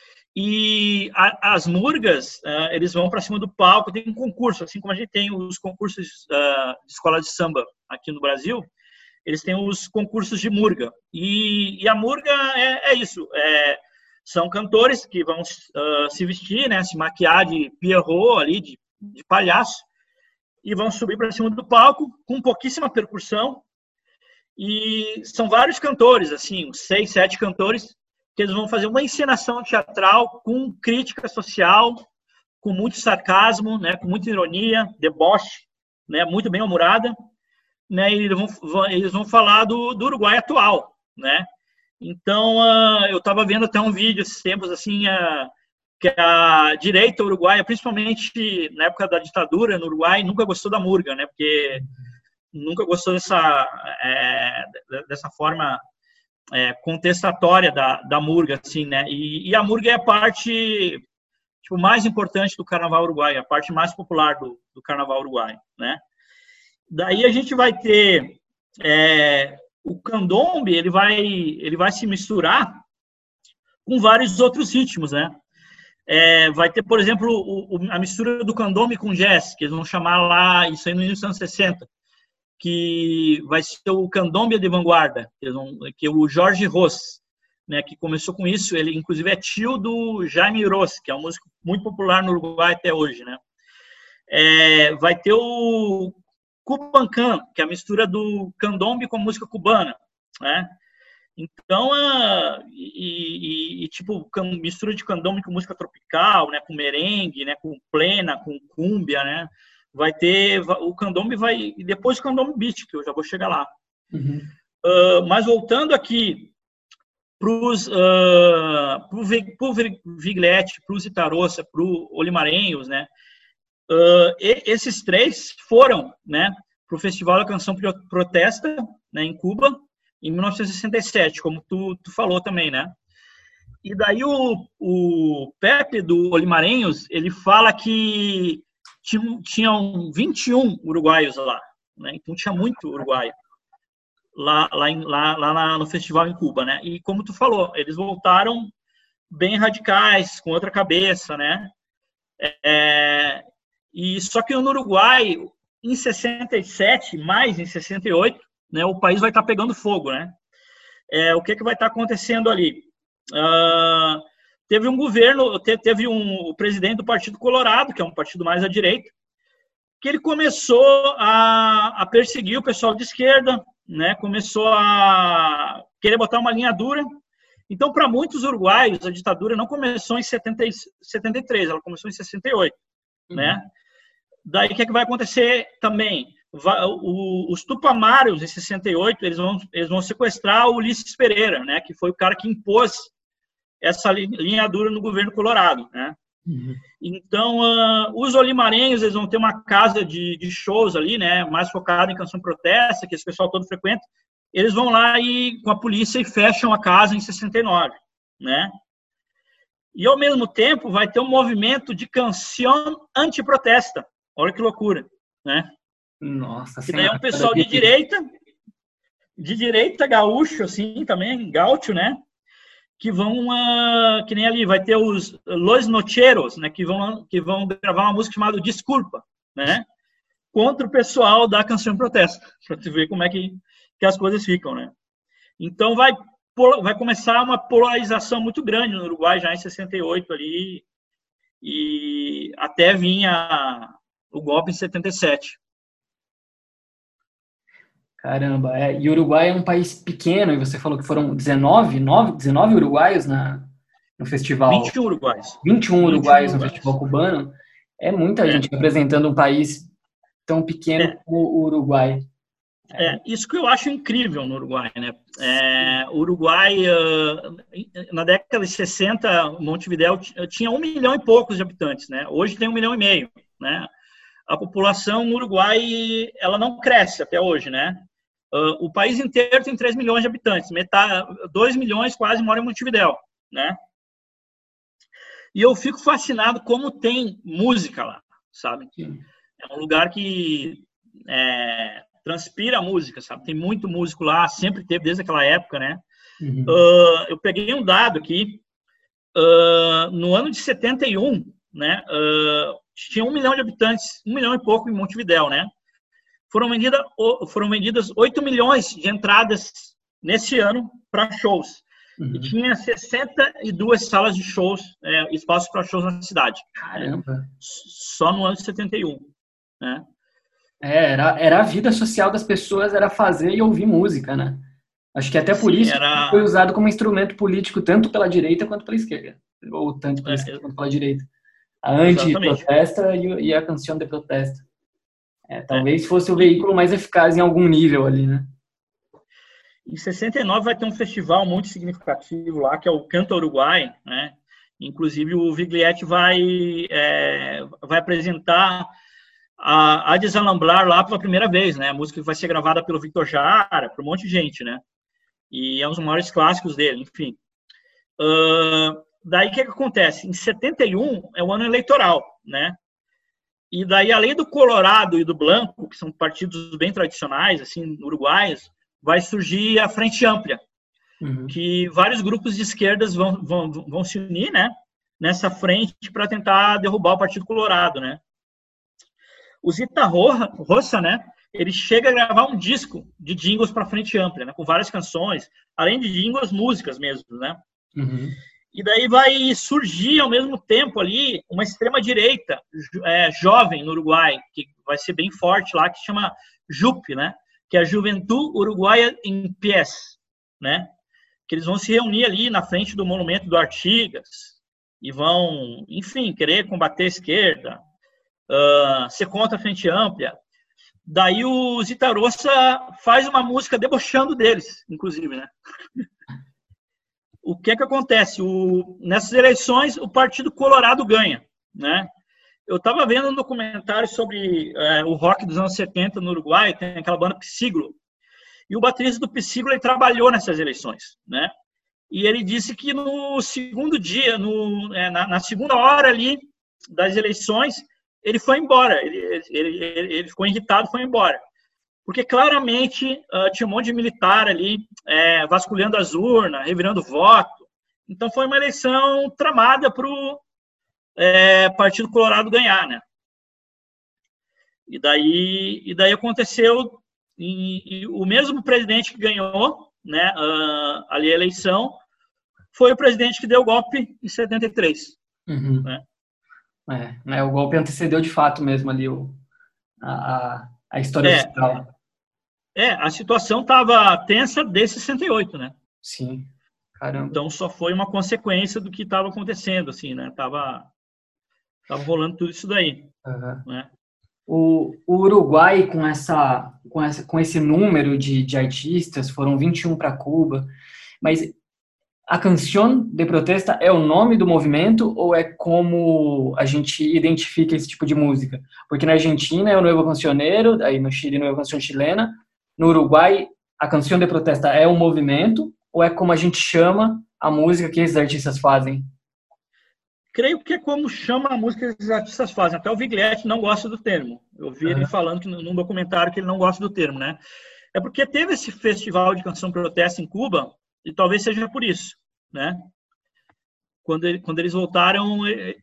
E a, as murgas, uh, eles vão para cima do palco, tem um concurso, assim como a gente tem os concursos uh, de escola de samba aqui no Brasil, eles têm os concursos de murga. E, e a murga é, é isso, é... São cantores que vão uh, se vestir, né, se maquiar de pierrot ali, de, de palhaço, e vão subir para cima do palco com pouquíssima percussão. E são vários cantores, assim, seis, sete cantores, que eles vão fazer uma encenação teatral com crítica social, com muito sarcasmo, né, com muita ironia, deboche, né, muito bem humorada, né, e eles vão, eles vão falar do, do Uruguai atual, né. Então, uh, eu estava vendo até um vídeo esses tempos, assim, uh, que a direita uruguaia, principalmente na época da ditadura no Uruguai, nunca gostou da murga, né? Porque nunca gostou dessa, é, dessa forma é, contestatória da, da murga, assim, né? E, e a murga é a parte tipo, mais importante do carnaval uruguaio, a parte mais popular do, do carnaval uruguaio, né? Daí a gente vai ter... É, o candombe, ele vai, ele vai se misturar com vários outros ritmos, né? É, vai ter, por exemplo, o, o, a mistura do candombe com jazz, que eles vão chamar lá, isso aí no início dos anos sessenta, que vai ser o candombe de vanguarda, que, vão, que é o Jorge Ros, né, que começou com isso, ele inclusive é tio do Jaime Ros, que é um músico muito popular no Uruguai até hoje, né? É, vai ter o Cubancan, que é a mistura do candombe com a música cubana, né? Então, uh, e, e, e, tipo, mistura de candombe com música tropical, né? Com merengue, né? Com plena, com cúmbia, né? Vai ter, o candombe vai, e depois o candombe beat, que eu já vou chegar lá. Uhum. Uh, mas voltando aqui para uh, o Viglietti, para o Zita Rossi, para o Olimarenhos, né? Uh, e, esses três foram, né, para o Festival da Canção Protesta, né, em Cuba, em mil novecentos e sessenta e sete, como tu, tu falou também, né? E daí o, o Pepe do Olimarenhos, ele fala que tinham, tinham vinte e um uruguaios lá, né? Então tinha muito uruguaio lá, lá, em, lá, lá no festival em Cuba, né? E como tu falou, eles voltaram bem radicais, com outra cabeça, né? É, e só que no Uruguai, em sessenta e sete, mais em sessenta e oito, né, o país vai estar pegando fogo, né? É, o que, que vai estar acontecendo ali? Uh, teve um governo, teve um, o presidente do Partido Colorado, que é um partido mais à direita, que ele começou a, a perseguir o pessoal de esquerda, né? Começou a querer botar uma linha dura. Então, para muitos uruguaios, a ditadura não começou em setenta, setenta e três, ela começou em sessenta e oito, uhum. né? Daí, o que, é que vai acontecer também? Vai, o, os Tupamaros, em sessenta e oito, eles vão, eles vão sequestrar o Ulisses Pereira, né? Que foi o cara que impôs essa linha dura no governo Colorado, né? Uhum. Então, uh, os olimarenhos, eles vão ter uma casa de, de shows ali, né? Mais focada em canção protesta, que esse pessoal todo frequenta. Eles vão lá e, com a polícia e fecham a casa em sessenta e nove, né? E, ao mesmo tempo, vai ter um movimento de canção antiprotesta. Olha que loucura, né? Nossa Senhora. E daí é um pessoal de direita, de direita, gaúcho, assim, também, gaúcho, né? Que vão, uh, que nem ali, vai ter os Los Nocheros, né? Que vão, que vão gravar uma música chamada Desculpa, né? Contra o pessoal da canção protesta, para tu ver como é que que as coisas ficam, né? Então, vai, vai começar uma polarização muito grande no Uruguai, já em sessenta e oito ali, e até vinha o golpe em setenta e sete. Caramba, é, e o Uruguai é um país pequeno, e você falou que foram dezenove, nove, dezenove uruguaios na, no festival. vinte e um uruguaios. vinte e um uruguaios no festival cubano. É muita é. gente representando um país tão pequeno é. como o Uruguai. É, isso que eu acho incrível no Uruguai, né? É, o Uruguai, na década de sessenta, Montevidéu tinha um milhão e poucos de habitantes, né? Hoje tem um milhão e meio, né? A população no Uruguai, ela não cresce até hoje, né? O país inteiro tem três milhões de habitantes, metade, dois milhões quase moram em Montevidéu, né? E eu fico fascinado como tem música lá, sabe? Sim. É um lugar que... É, transpira a música, sabe? Tem muito músico lá, sempre teve, desde aquela época, né? Uhum. Uh, eu peguei um dado aqui, uh, no ano de setenta e um, né? Uh, tinha um milhão de habitantes, um milhão e pouco em Montevidéu, né? Foram, vendida, foram vendidas oito milhões de entradas nesse ano para shows. Uhum. E tinha sessenta e duas salas de shows, é, espaços para shows na cidade. Caramba! Né? Só no ano de setenta e um, né? É, era, era a vida social das pessoas, era fazer e ouvir música, né? Acho que até por Sim, isso era... foi usado como instrumento político tanto pela direita quanto pela esquerda. Ou tanto pela é, esquerda quanto pela direita. A anti-protesta e a canção de protesta. É, talvez é. fosse o veículo mais eficaz em algum nível ali, né? Em sessenta e nove vai ter um festival muito significativo lá, que é o Canta Uruguai, né? Inclusive o Viglietti vai, é, vai apresentar a, a Desalambrar lá pela primeira vez, né? A música vai ser gravada pelo Victor Jara, por um monte de gente, né? E é um dos maiores clássicos dele, enfim. Uh, daí, o que, que acontece? Em setenta e um é o ano eleitoral, né? E daí, além do Colorado e do Blanco, que são partidos bem tradicionais, assim, uruguaios, vai surgir a Frente Ampla, uhum. que vários grupos de esquerdas vão, vão, vão se unir, né? Nessa frente para tentar derrubar o Partido Colorado, né? O Zita Roça, né, ele chega a gravar um disco de jingles para Frente Ampla, né, com várias canções, além de jingles, músicas mesmo, né? Uhum. E daí vai surgir, ao mesmo tempo, ali, uma extrema-direita é, jovem no Uruguai, que vai ser bem forte lá, que se chama JUP, né, que é a Juventude Uruguaia em Pies, né, que eles vão se reunir ali na frente do monumento do Artigas e vão, enfim, querer combater a esquerda, Uh, ser contra a Frente Ampla. Daí o Zita Roça faz uma música debochando deles, inclusive, né? O que é que acontece? O, nessas eleições, o Partido Colorado ganha, né? Eu estava vendo um documentário sobre é, o rock dos anos setenta no Uruguai, tem aquela banda Psíglo, e o baterista do Psíglo, ele trabalhou nessas eleições, né? E ele disse que no segundo dia, no, é, na, na segunda hora ali das eleições, ele foi embora, ele, ele, ele ficou irritado e foi embora. Porque claramente uh, tinha um monte de militar ali é, vasculhando as urnas, revirando voto. Então foi uma eleição tramada para o é, Partido Colorado ganhar, né? E daí, e daí aconteceu, e, e o mesmo presidente que ganhou, né, uh, ali a eleição, foi o presidente que deu o golpe em setenta e três. Uhum. Né? É, né, o golpe antecedeu de fato mesmo ali o, a, a história É, oficial. é, a situação estava tensa desde sessenta e oito, né? Sim, caramba. Então só foi uma consequência do que estava acontecendo, assim, né? Tava, tava rolando tudo isso daí, Uhum. né? O, o Uruguai, com, essa, com, essa, com esse número de, de artistas, foram vinte e um para Cuba, mas a Canción de Protesta é o nome do movimento ou é como a gente identifica esse tipo de música? Porque na Argentina é o Nuevo Cancionero, aí no Chile, Nueva Canción Chilena. No Uruguai, a Canción de Protesta é um movimento ou é como a gente chama a música que esses artistas fazem? Creio que é como chama a música que os artistas fazem. Até o Viglietti não gosta do termo. Eu vi uhum. ele falando que, num documentário que ele não gosta do termo, né? É porque teve esse festival de canção protesta em Cuba, e talvez seja por isso, né? Quando, ele, quando eles voltaram,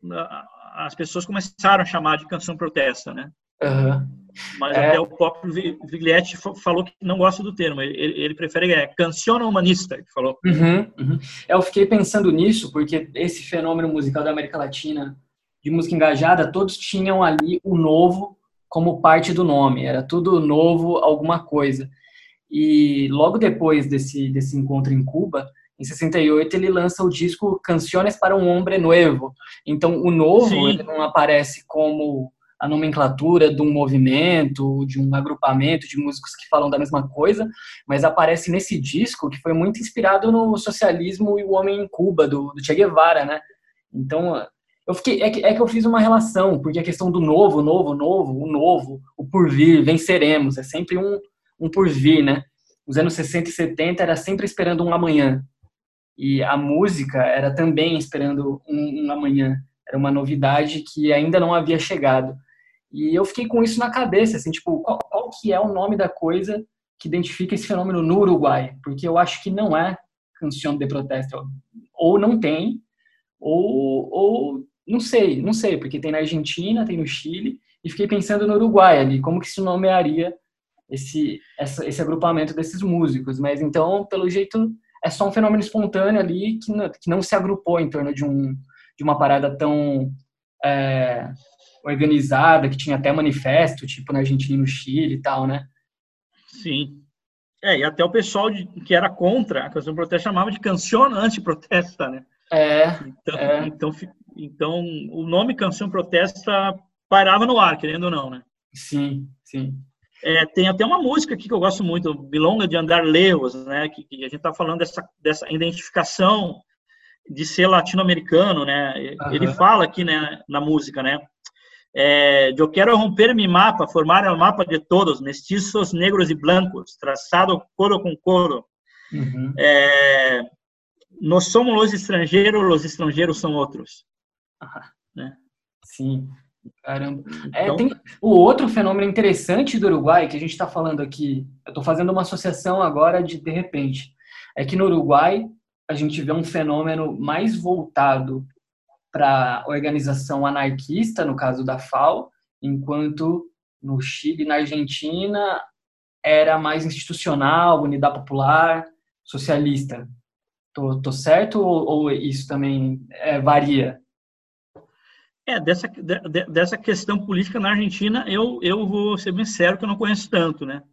as pessoas começaram a chamar de canção protesta, né? Uhum. Mas é... até o próprio Viglietti falou que não gosta do termo. Ele, ele prefere é, canção humanista, ele falou. Uhum, uhum. Eu fiquei pensando nisso, porque esse fenômeno musical da América Latina, de música engajada, todos tinham ali o novo como parte do nome. Era tudo novo, alguma coisa. E logo depois desse, desse encontro em Cuba, em sessenta e oito, ele lança o disco Canciones para um Hombre Nuevo. Então, o novo, ele não aparece como a nomenclatura de um movimento, de um agrupamento de músicos que falam da mesma coisa, mas aparece nesse disco que foi muito inspirado no socialismo e o homem em Cuba, do, do Che Guevara, né? Então, eu fiquei, é que, é que eu fiz uma relação, porque a questão do novo, novo, novo, o novo, o porvir, venceremos, é sempre um, um porvir, né? Os anos sessenta e setenta era sempre esperando um amanhã, e a música era também esperando um, um amanhã, era uma novidade que ainda não havia chegado. E eu fiquei com isso na cabeça, assim, tipo, qual, qual que é o nome da coisa que identifica esse fenômeno no Uruguai? Porque eu acho que não é canção de protesto. Ou não tem, ou, ou não sei, não sei, porque tem na Argentina, tem no Chile, e fiquei pensando no Uruguai ali, como que se nomearia esse, essa, esse agrupamento desses músicos. Mas então, pelo jeito, é só um fenômeno espontâneo ali que não, que não se agrupou em torno de, um, de uma parada tão... É, organizada, que tinha até manifesto, tipo na Argentina e no Chile e tal, né? Sim. É, e até o pessoal de, que era contra a canção protesta chamava de canção anti-protesta, né? É, então, é. Então, então, o nome canção protesta pairava no ar, querendo ou não, né? Sim, sim. É, tem até uma música aqui que eu gosto muito, Milonga de Andar Lejos, né? Que, que a gente tá falando dessa, dessa identificação de ser latino-americano, né? Uhum. Ele fala aqui, né, na música, né? É, eu quero romper mi mapa, formar o mapa de todos, mestiços, negros e blancos, traçado coro com coro. Uhum. É, nós somos os estrangeiros, os estrangeiros são outros. Ah, né? Sim, caramba. É, tem o outro fenômeno interessante do Uruguai, que a gente está falando aqui, eu estou fazendo uma associação agora de de repente, é que no Uruguai a gente vê um fenômeno mais voltado para a organização anarquista, no caso da F A O, enquanto no Chile e na Argentina era mais institucional, unidade popular, socialista. Tô, tô certo ou, ou isso também é, varia? É, dessa, de, dessa questão política na Argentina, eu, eu vou ser bem sério que eu não conheço tanto, né?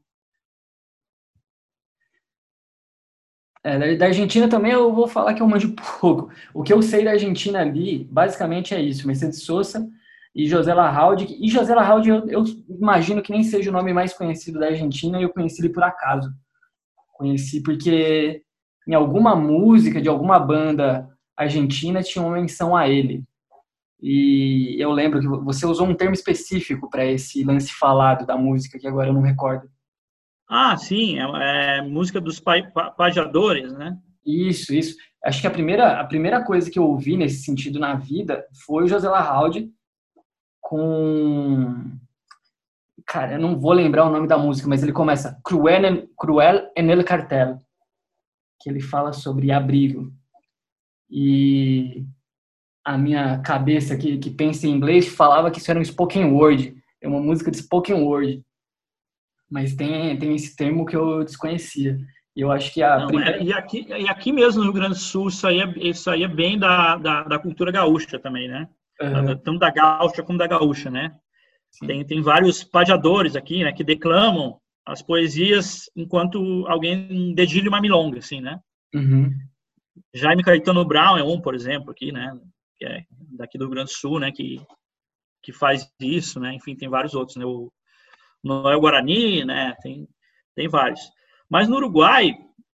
É, da Argentina também eu vou falar que eu manjo pouco. O que eu sei da Argentina ali, basicamente é isso, Mercedes Sosa e José Larraud. E José Larraud eu, eu imagino que nem seja o nome mais conhecido da Argentina, e eu conheci ele por acaso. Conheci porque em alguma música de alguma banda argentina tinha uma menção a ele. E eu lembro que você usou um termo específico para esse lance falado da música, que agora eu não recordo. Ah, sim, é, é música dos pa, pa, pajadores, né? Isso, isso. Acho que a primeira, a primeira coisa que eu ouvi nesse sentido na vida foi o José Larraud com... Cara, eu não vou lembrar o nome da música, mas ele começa Cruel, Cruel en el Cartel, que ele fala sobre abrigo. e a minha cabeça que, que pensa em inglês falava que isso era um spoken word, é uma música de spoken word, mas tem, tem esse termo que eu desconhecia. E eu acho que a Não, primeira... é, e, aqui, e aqui mesmo no Rio Grande do Sul, isso aí é, isso aí é bem da, da, da cultura gaúcha também, né? Uhum. Tanto da gaúcha como da gaúcha, né? Tem, tem vários padeadores aqui, né, que declamam as poesias enquanto alguém dedilha uma milonga, assim, né? Uhum. Jaime Caetano Brown é um, por exemplo, aqui, né? Que é daqui do Rio Grande do Sul, né? Que, que faz isso, né? Enfim, tem vários outros, né? O Noel Guarani, né? Tem, tem vários. Mas no Uruguai,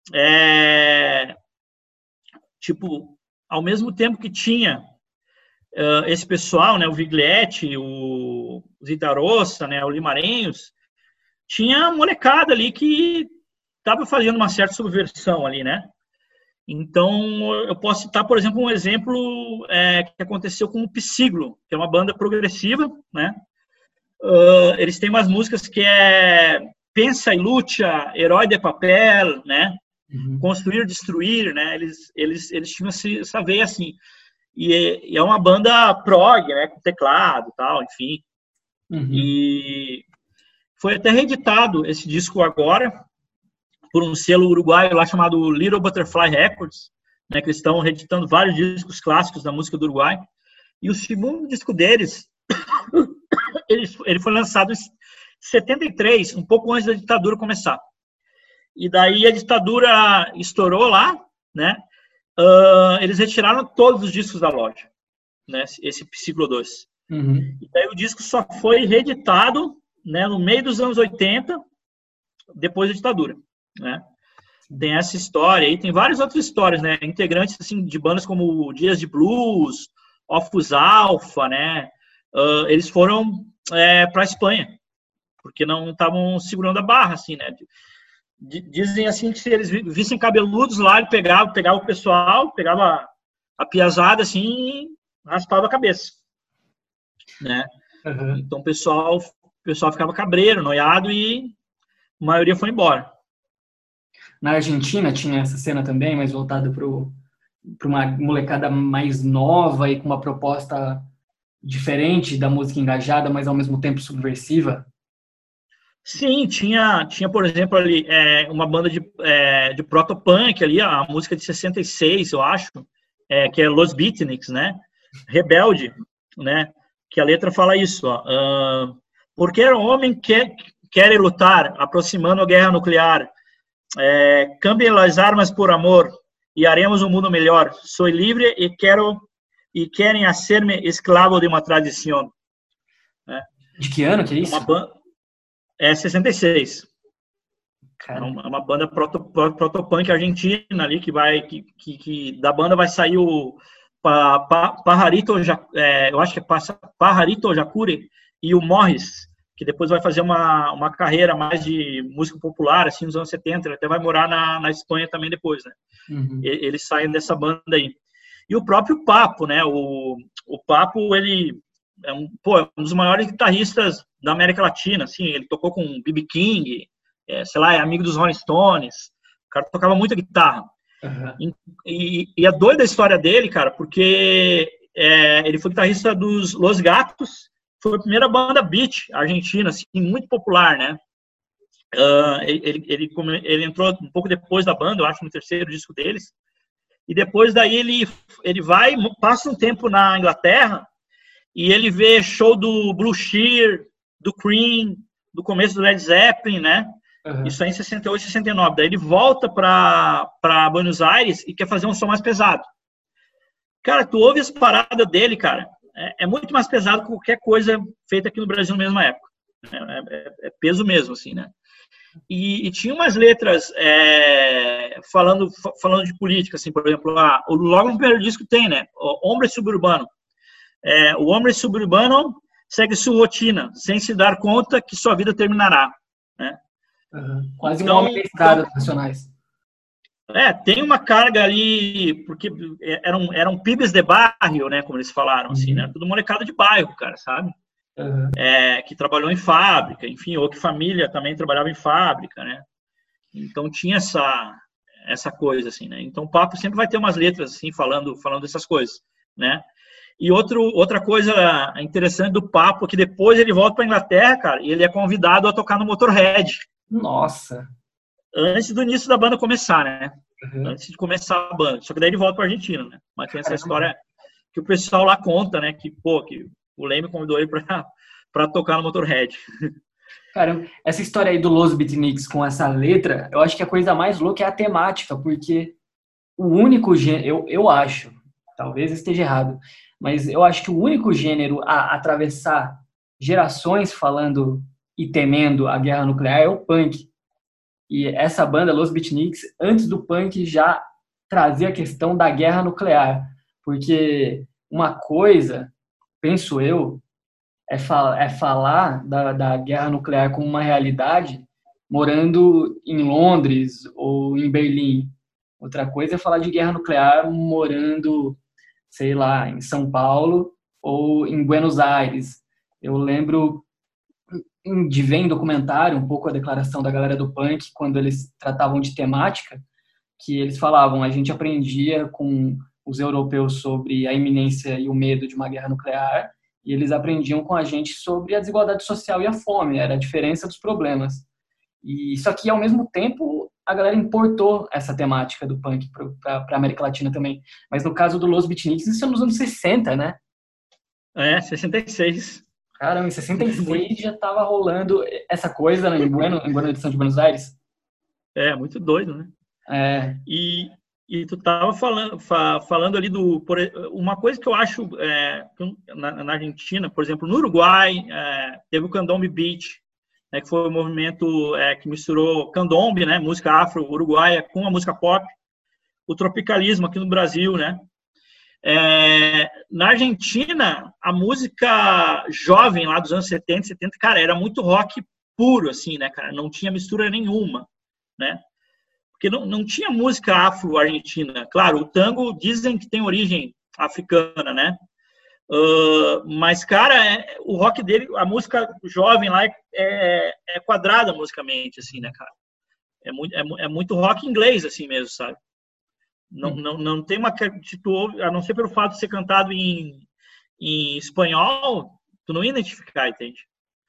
é, tipo, ao mesmo tempo que tinha uh, esse pessoal, né? O Viglietti, o Zitarrosa, né? O Limarenhos, tinha molecada ali que estava fazendo uma certa subversão ali, né? Então, eu posso citar, por exemplo, um exemplo é, que aconteceu com o Psíglo, que é uma banda progressiva, né? Uh, eles têm umas músicas que é Pensa e Lucha, Herói de Papel, né? Uhum. Construir, Destruir, né? Eles, eles, eles tinham essa veia assim. E, e é uma banda prog, né? Com teclado e tal, enfim. Uhum. E foi até reeditado esse disco agora, por um selo uruguaio lá chamado Little Butterfly Records, né, que eles estão reeditando vários discos clássicos da música do Uruguai. E o segundo disco deles, ele, ele foi lançado em setenta e três, um pouco antes da ditadura começar. E daí a ditadura estourou lá, né? Uh, eles retiraram todos os discos da loja, né? Esse Psíglo dois. Uhum. E daí o disco só foi reeditado, né, no meio dos anos oitenta, depois da ditadura, né? Tem essa história e tem várias outras histórias, né? Integrantes assim de bandas como Dias de Blues, Ofus Alpha, né? Uh, eles foram é, para a Espanha porque não estavam segurando a barra, assim, né? Dizem assim que se eles vissem cabeludos lá, ele pegava, pegava o pessoal, pegava a piazada assim e raspava a cabeça, né? Uhum. Então o pessoal, o pessoal ficava cabreiro, noiado e a maioria foi embora. Na Argentina tinha essa cena também, mas voltada para uma molecada mais nova e com uma proposta diferente da música engajada, mas ao mesmo tempo subversiva. Sim, tinha, tinha por exemplo, ali é, uma banda de, é, de protopunk ali, a música de sessenta e seis, eu acho, é, que é Los Beatniks, né? Rebelde, né? Que a letra fala isso, ó. Uh, porque o homem quer, quer lutar, aproximando a guerra nuclear. É, cambiem as armas por amor e haremos um mundo melhor. Sou livre e quero e querem hacer-me escravo de uma tradição. É. De que ano que é isso? Uma banda é sessenta e seis. Cara. É uma banda proto, protopunk argentina ali que vai que, que, que da banda vai sair o pa, pa, Pajarito, é, eu acho que é Pajarito Jacure e o Morris, que depois vai fazer uma, uma carreira mais de música popular, assim, nos anos setenta, ele até vai morar na, na Espanha também depois, né? Uhum. Eles saem dessa banda aí. E o próprio Papo, né? O, o Papo, ele é um, pô, um dos maiores guitarristas da América Latina, assim, ele tocou com B B King, é, sei lá, é amigo dos Rolling Stones, o cara tocava muita guitarra. Uhum. E, e a doida a história dele, cara, porque é, ele foi guitarrista dos Los Gatos, foi a primeira banda beat argentina, assim, muito popular, né? Uh, ele, ele, ele entrou um pouco depois da banda, eu acho, no terceiro disco deles, e depois daí ele, ele vai, passa um tempo na Inglaterra, e ele vê show do Blue Cheer, do Cream, do começo do Led Zeppelin, né? Uhum. Isso aí em sessenta e oito, sessenta e nove. Daí ele volta para Buenos Aires e quer fazer um som mais pesado. Cara, tu ouve as paradas dele, cara, é, é muito mais pesado que qualquer coisa feita aqui no Brasil na mesma época. É, é, é peso mesmo, assim, né? E, e tinha umas letras é, falando, falando de política, assim, por exemplo, ah, logo no primeiro disco tem, né? O Hombre Suburbano. É, o homem suburbano segue sua rotina, sem se dar conta que sua vida terminará. Né? Uhum. Quase então, um homem da estrada então, nacionais. É, tem uma carga ali, porque eram, eram pibes de bairro, né, como eles falaram, uhum. assim, né? Tudo molecada de bairro, cara, sabe? Uhum. É, que trabalhou em fábrica, enfim, ou que família também trabalhava em fábrica, né? Então tinha essa, essa coisa, assim, né? Então o Papo sempre vai ter umas letras, assim, falando, falando dessas coisas, né? E outro, outra coisa interessante do Papo é que depois ele volta para a Inglaterra, cara, e ele é convidado a tocar no Motorhead. Nossa! Antes do início da banda começar, né? Uhum. Antes de começar a banda. Só que daí ele volta para a Argentina, né? Mas tem essa história que o pessoal lá conta, né? Que, pô, que o Leme convidou ele para tocar no Motorhead. Caramba, essa história aí do Los Beatniks com essa letra, eu acho que a coisa mais louca é a temática, porque o único gênero, eu, eu acho, talvez esteja errado, mas eu acho que o único gênero a atravessar gerações falando e temendo a guerra nuclear é o punk. E essa banda, Los Beatniks, antes do punk já trazia a questão da guerra nuclear, porque uma coisa, penso eu, é, fal é falar da, da guerra nuclear como uma realidade morando em Londres ou em Berlim. Outra coisa é falar de guerra nuclear morando, sei lá, em São Paulo ou em Buenos Aires. Eu lembro de ver em documentário um pouco a declaração da galera do punk quando eles tratavam de temática, que eles falavam, a gente aprendia com os europeus sobre a iminência e o medo de uma guerra nuclear, e eles aprendiam com a gente sobre a desigualdade social e a fome, era a diferença dos problemas. E isso aqui, ao mesmo tempo, a galera importou essa temática do punk para a América Latina também. Mas no caso do Los Beatniks, isso é nos anos sessenta, né? É, sessenta e seis. Caramba, em sessenta e seis já estava rolando essa coisa, né, em Buenos, em Buenos Aires de Buenos Aires. É, muito doido, né? É. E, e tu tava falando, fa, falando ali do... Por, uma coisa que eu acho é, na, na Argentina, por exemplo, no Uruguai, é, teve o Candombe Beat, né, que foi um movimento é, que misturou candombe, né, música afro-uruguaia, com a música pop, o tropicalismo aqui no Brasil, né? É, na Argentina, a música jovem lá dos anos setenta, setenta, cara, era muito rock puro, assim, né, cara? Não tinha mistura nenhuma, né? Porque não, não tinha música afro-argentina. Claro, o tango dizem que tem origem africana, né? Uh, mas, cara, é, o rock dele, a música jovem lá é, é, é quadrada musicalmente, assim, né, cara? É muito, é, é muito rock inglês, assim mesmo, sabe? Não, não, não tem uma... Se tu ouve, a não ser pelo fato de ser cantado em, em espanhol, tu não ia identificar, entende?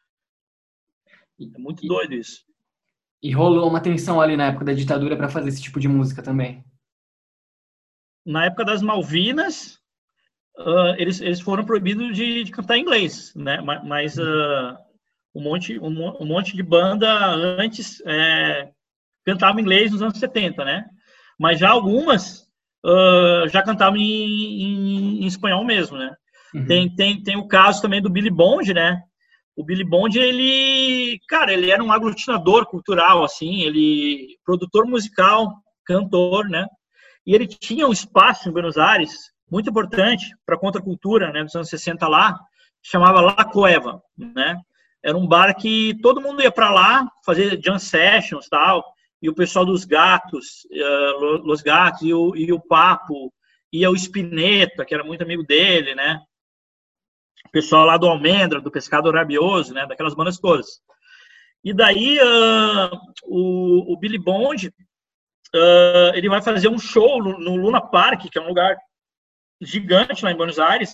É muito doido isso. E rolou uma tensão ali na época da ditadura para fazer esse tipo de música também. Na época das Malvinas, uh, eles, eles foram proibidos de, de cantar em inglês, né? Mas uh, um, monte, um, um monte de banda antes é, cantava em inglês nos anos setenta, né? Mas já algumas uh, já cantavam em, em, em espanhol mesmo, né? Uhum. Tem, tem, tem o caso também do Billy Bond, né? O Billy Bond, ele, cara, ele era um aglutinador cultural, assim, ele, produtor musical, cantor, né? E ele tinha um espaço em Buenos Aires, muito importante para a contracultura, né, dos anos sessenta lá, chamava La Cueva, né? Era um bar que todo mundo ia para lá, fazer jam sessions e tal, e o pessoal dos Gatos, uh, Los Gatos e o, e o Papo, ia o Spinetta, que era muito amigo dele, né? O pessoal lá do Almendra, do Pescado Rabioso, né? Daquelas bandas todas. E daí uh, o, o Billy Bond, uh, ele vai fazer um show no, no Luna Park, que é um lugar gigante lá em Buenos Aires.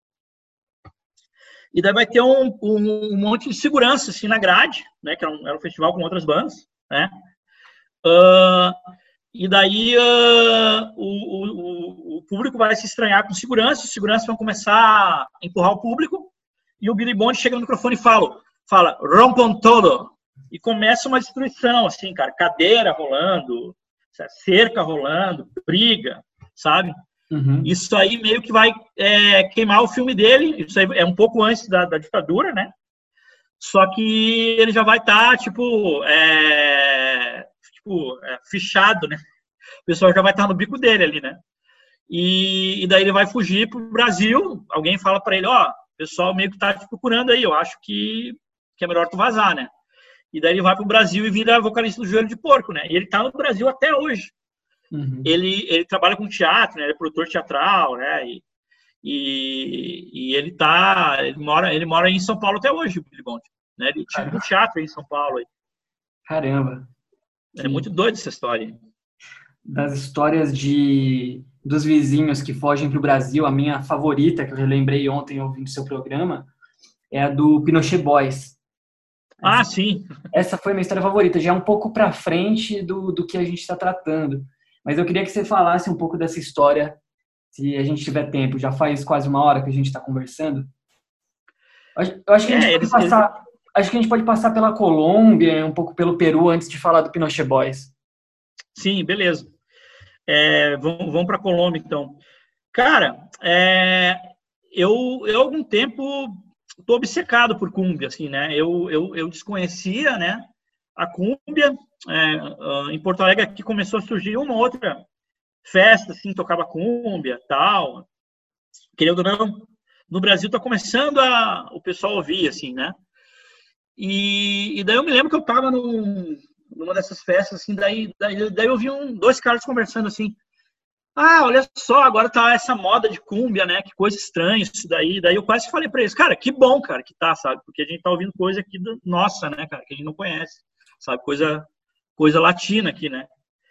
E daí vai ter um, um, um monte de segurança assim, na grade, né? Que era um, era um festival com outras bandas, né? Uh, e daí uh, o, o, o público vai se estranhar com segurança, os seguranças vão começar a empurrar o público, e o Billy Bond chega no microfone e fala, fala, rompam todo, e começa uma destruição, assim, cara, cadeira rolando, cerca rolando, briga, sabe? Uhum. Isso aí meio que vai é, queimar o filme dele, isso aí é um pouco antes da, da ditadura, né? Só que ele já vai estar, tá, tipo, é, tipo é, fichado, né? O pessoal já vai estar tá no bico dele ali, né? E, e daí ele vai fugir pro Brasil, alguém fala para ele, ó, o pessoal meio que tá te procurando aí, eu acho que, que é melhor tu vazar, né? E daí ele vai pro Brasil e vira vocalista do Joelho de Porco, né? E ele tá no Brasil até hoje. Uhum. Ele, ele trabalha com teatro, né? Ele é produtor teatral, né? E, e, e ele tá, ele mora, ele mora em São Paulo até hoje, o Billy Bond, né? Ele tinha um teatro aí em São Paulo. Aí. Caramba. É que... muito doido essa história. das histórias de, dos vizinhos que fogem para o Brasil, a minha favorita, que eu relembrei ontem ouvindo seu programa, é a do Pinochet Boys. Ah, Essa, sim. essa foi a minha história favorita, já é um pouco para frente do, do que a gente está tratando. Mas eu queria que você falasse um pouco dessa história, se a gente tiver tempo. Já faz quase uma hora que a gente está conversando. Eu acho que a gente É, pode eles, eles, passar, acho que a gente pode passar pela Colômbia, um pouco pelo Peru, antes de falar do Pinochet Boys. sim, beleza. É, vamos vamos para a Colômbia, então. Cara, é, eu, eu há algum tempo estou obcecado por cúmbia, assim, né? Eu, eu, eu desconhecia, né, a cúmbia. É, em Porto Alegre aqui começou a surgir uma outra festa, assim, tocava cúmbia, tal. Querendo ou não, no Brasil está começando a o pessoal ouvir, assim, né? E, e daí eu me lembro que eu estava num, numa dessas festas, assim, daí, daí, daí eu vi um, dois caras conversando, assim, ah, olha só, agora tá essa moda de cúmbia, né? Que coisa estranha isso daí. Daí eu quase falei pra eles, cara, que bom, cara, que tá, sabe? Porque a gente tá ouvindo coisa aqui do, nossa, né, cara, que a gente não conhece, sabe? Coisa, coisa latina aqui, né?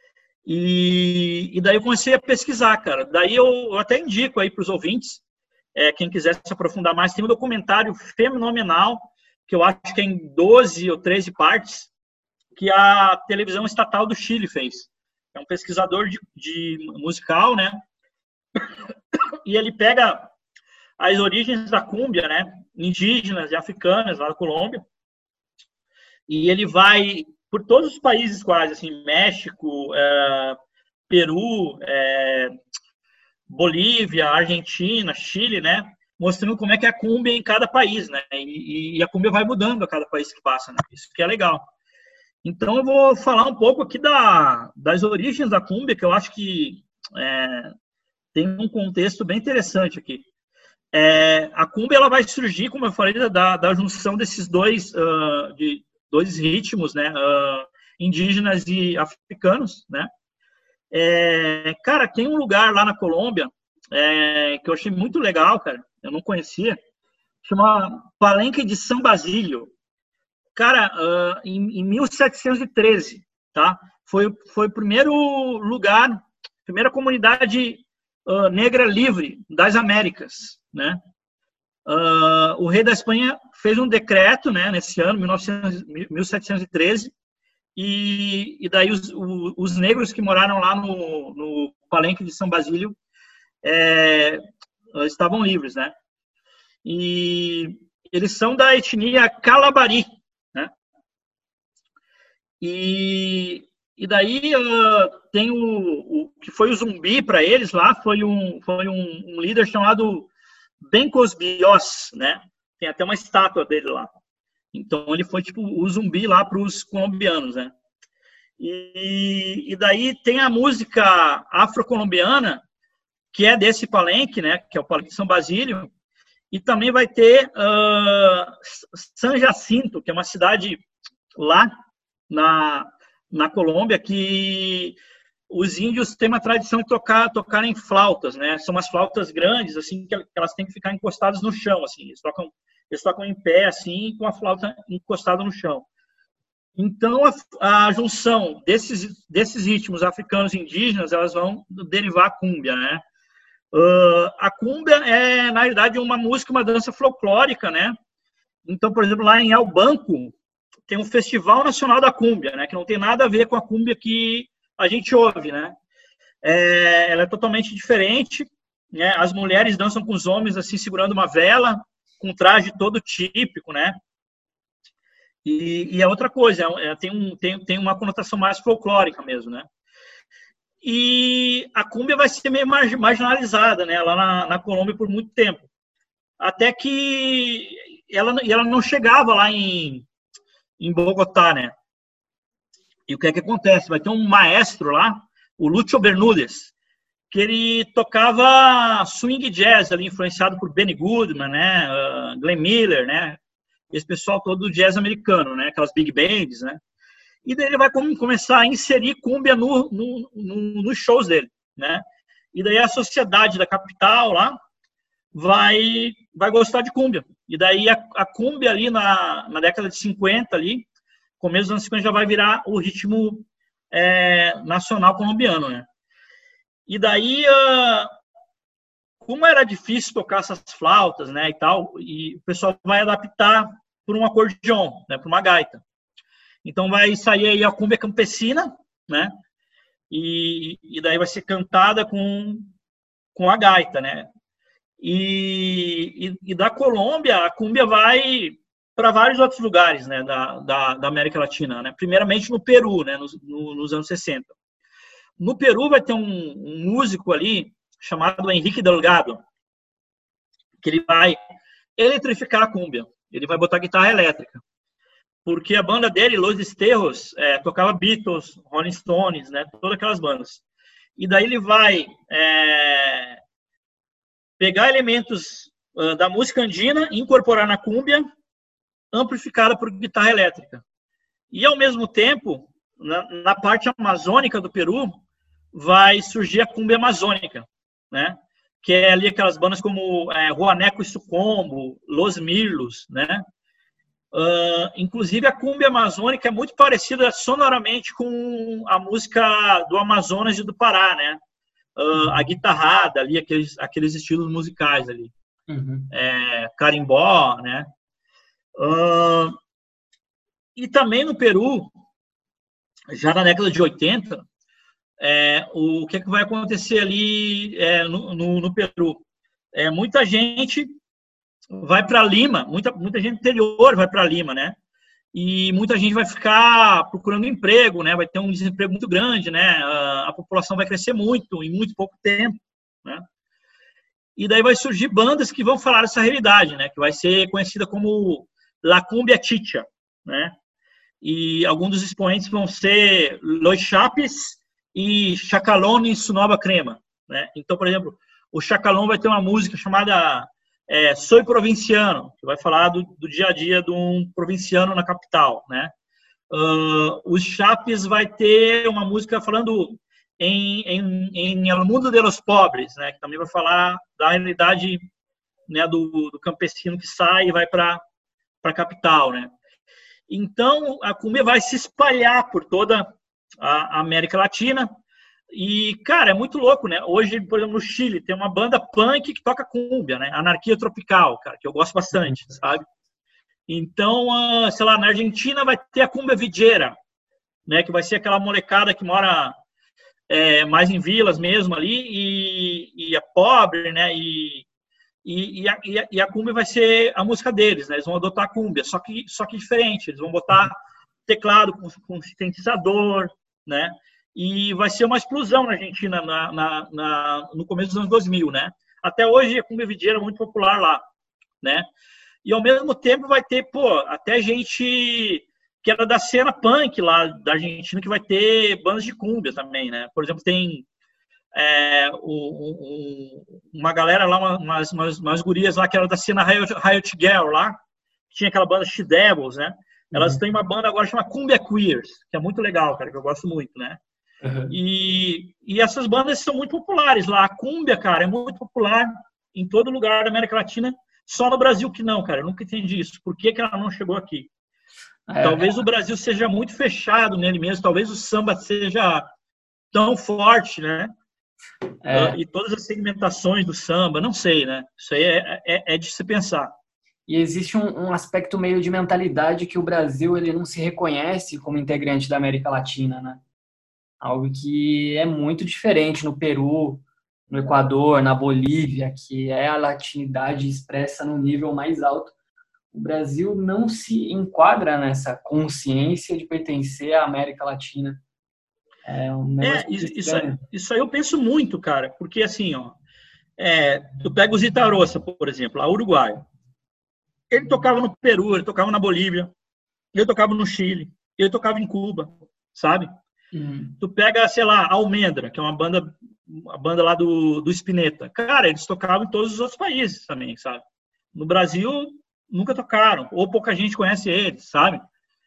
E, e daí eu comecei a pesquisar, cara. Daí eu, eu até indico aí pros ouvintes, é, quem quiser se aprofundar mais, tem um documentário fenomenal, que eu acho que é em doze ou treze partes, que a televisão estatal do Chile fez. É um pesquisador de, de musical, né? E ele pega as origens da cúmbia, né? Indígenas e africanas lá da Colômbia. E ele vai por todos os países quase, assim, México, é, Peru, é, Bolívia, Argentina, Chile, né? Mostrando como é que é a cúmbia em cada país, né? E, e a cúmbia vai mudando a cada país que passa, né? Isso que é legal. Então, eu vou falar um pouco aqui da, das origens da cúmbia, que eu acho que é, tem um contexto bem interessante aqui. É, a cúmbia ela vai surgir, como eu falei, da, da junção desses dois, uh, de, dois ritmos, né, uh, indígenas e africanos, né. É, cara, tem um lugar lá na Colômbia é, que eu achei muito legal, cara, eu não conhecia, chama Palenque de São Basílio. Cara, uh, em, em mil setecentos e treze, tá? Foi, foi o primeiro lugar, primeira comunidade uh, negra livre das Américas, né? Uh, o rei da Espanha fez um decreto, né, nesse ano, mil setecentos e treze, e, e daí os, os, os negros que moraram lá no, no Palenque de São Basílio é, estavam livres, né? E eles são da etnia Calabari, né? E, e daí uh, tem o, o que foi o zumbi para eles lá, foi um, foi um, um líder chamado Bencos Bios, né? Tem até uma estátua dele lá. Então ele foi tipo o zumbi lá para os colombianos, né? E, e daí tem a música afro-colombiana, que é desse palenque, né? Que é o Palenque de São Basílio. E também vai ter uh, San Jacinto, que é uma cidade lá na, na Colômbia, que os índios têm uma tradição de tocar, tocar em flautas, né? São umas flautas grandes, assim, que elas têm que ficar encostadas no chão, assim. Eles tocam, eles tocam em pé, assim, com a flauta encostada no chão. Então, a, a junção desses, desses ritmos africanos e indígenas, elas vão derivar a cúmbia, né? Uh, a cúmbia é, na verdade, uma música, uma dança folclórica, né? Então, por exemplo, lá em El Banco, tem um Festival Nacional da Cúmbia, né? Que não tem nada a ver com a cúmbia que a gente ouve, né? É, ela é totalmente diferente, né? As mulheres dançam com os homens, assim, segurando uma vela, com um traje todo típico, né? E, e é outra coisa, é, tem, um, tem, tem uma conotação mais folclórica mesmo, né? E a cúmbia vai ser meio marginalizada, né, lá na, na Colômbia por muito tempo. Até que ela, ela não chegava lá em, em Bogotá, né? E o que é que acontece? Vai ter um maestro lá, o Lúcio Bermúdez, que ele tocava swing jazz ali, influenciado por Benny Goodman, né, uh, Glenn Miller, né, esse pessoal todo do jazz americano, né, aquelas big bands, né. E daí ele vai começar a inserir cúmbia no, no, no, nos shows dele, né? E daí a sociedade da capital lá vai, vai gostar de cúmbia. E daí a, a cúmbia ali na, na década de cinquenta, ali, começo dos anos cinquenta, já vai virar o ritmo é, nacional colombiano, né? E daí, uh, como era difícil tocar essas flautas, né, e tal, e o pessoal vai adaptar por um acordeon, né, por uma gaita. Então vai sair aí a cumbia campesina, né, e, e daí vai ser cantada com, com a gaita, né. E, e, e da Colômbia, a cumbia vai para vários outros lugares, né, da, da, da América Latina, né, primeiramente no Peru, né, nos, no, nos anos sessenta. No Peru vai ter um, um músico ali chamado Henrique Delgado, que ele vai eletrificar a cúmbia. Ele vai botar guitarra elétrica. Porque a banda dele, Los Desterros, é, tocava Beatles, Rolling Stones, né, todas aquelas bandas. E daí ele vai é, pegar elementos uh, da música andina e incorporar na cúmbia, amplificada por guitarra elétrica. E, ao mesmo tempo, na, na parte amazônica do Peru, vai surgir a cúmbia amazônica, né? Que é ali aquelas bandas como é, Juaneco e Sucombo, Los Mirlos, né? Uh, inclusive a cúmbia amazônica é muito parecida sonoramente com a música do Amazonas e do Pará, né? Uh, a guitarrada ali, aqueles, aqueles estilos musicais ali. Uhum. É, carimbó, né? Uh, e também no Peru, já na década de oitenta, É, o que, é que vai acontecer ali é, no, no, no Peru? É, muita gente vai para Lima, muita, muita gente do interior vai para Lima, né? E muita gente vai ficar procurando emprego, né? Vai ter um desemprego muito grande, né? A, a população vai crescer muito, em muito pouco tempo, né? E daí vai surgir bandas que vão falar dessa realidade, né? Que vai ser conhecida como La Cumbia Chicha, né? E alguns dos expoentes vão ser Los Chapes e Chacalón e Sunova Crema, né? Então, por exemplo, o Chacalón vai ter uma música chamada é, Soy Provinciano, que vai falar do, do dia a dia de um provinciano na capital, né? Uh, os Chapes vai ter uma música falando em, em, em El Mundo de los Pobres, né? Que também vai falar da realidade, né, do, do campesino que sai e vai para a capital, né? Então, a cumbia vai se espalhar por toda a América Latina. E, cara, é muito louco, né? Hoje, por exemplo, no Chile, tem uma banda punk que toca cumbia, né? Anarquia Tropical, cara, que eu gosto bastante, sabe? Então, uh, sei lá, na Argentina vai ter a cumbia villera, né? Que vai ser aquela molecada que mora é, mais em vilas mesmo ali e, e é pobre, né? E, e, e, a, e, a, e a cumbia vai ser a música deles, né? Eles vão adotar a cumbia, só que, só que diferente. Eles vão botar teclado com, com sintetizador, né? E vai ser uma explosão na Argentina na, na, na, no começo dos anos dois mil, né? Até hoje a cumbia villera é muito popular lá, né? E ao mesmo tempo vai ter, pô, até gente que era da cena punk lá da Argentina que vai ter bandas de cumbia também, né? Por exemplo, tem é, o, o, uma galera lá, umas, umas, umas gurias lá que era da cena Riot, Riot Girl lá, que tinha aquela banda She Devils, né? Elas uhum. têm uma banda agora chamada Cumbia Queers, que é muito legal, cara, que eu gosto muito, né? Uhum. E, e essas bandas são muito populares lá. A cumbia, cara, é muito popular em todo lugar da América Latina, só no Brasil que não, cara. Eu nunca entendi isso. Por que, que ela não chegou aqui? É. Talvez o Brasil seja muito fechado nele mesmo, talvez o samba seja tão forte, né? É. E todas as segmentações do samba, não sei, né? Isso aí é, é, é de se pensar. E existe um, um aspecto meio de mentalidade que o Brasil ele não se reconhece como integrante da América Latina, né? Algo que é muito diferente no Peru, no Equador, na Bolívia, que é a latinidade expressa no nível mais alto. O Brasil não se enquadra nessa consciência de pertencer à América Latina. É, um é isso, isso, aí, isso aí eu penso muito, cara, porque assim, ó, é, tu pega o Zitarrosa, por exemplo, a Uruguai. Ele tocava no Peru, ele tocava na Bolívia, ele tocava no Chile, ele tocava em Cuba, sabe? Uhum. Tu pega, sei lá, Almendra, que é uma banda, uma banda lá do, do Spinetta. Cara, eles tocavam em todos os outros países também, sabe? No Brasil, nunca tocaram, ou pouca gente conhece eles, sabe?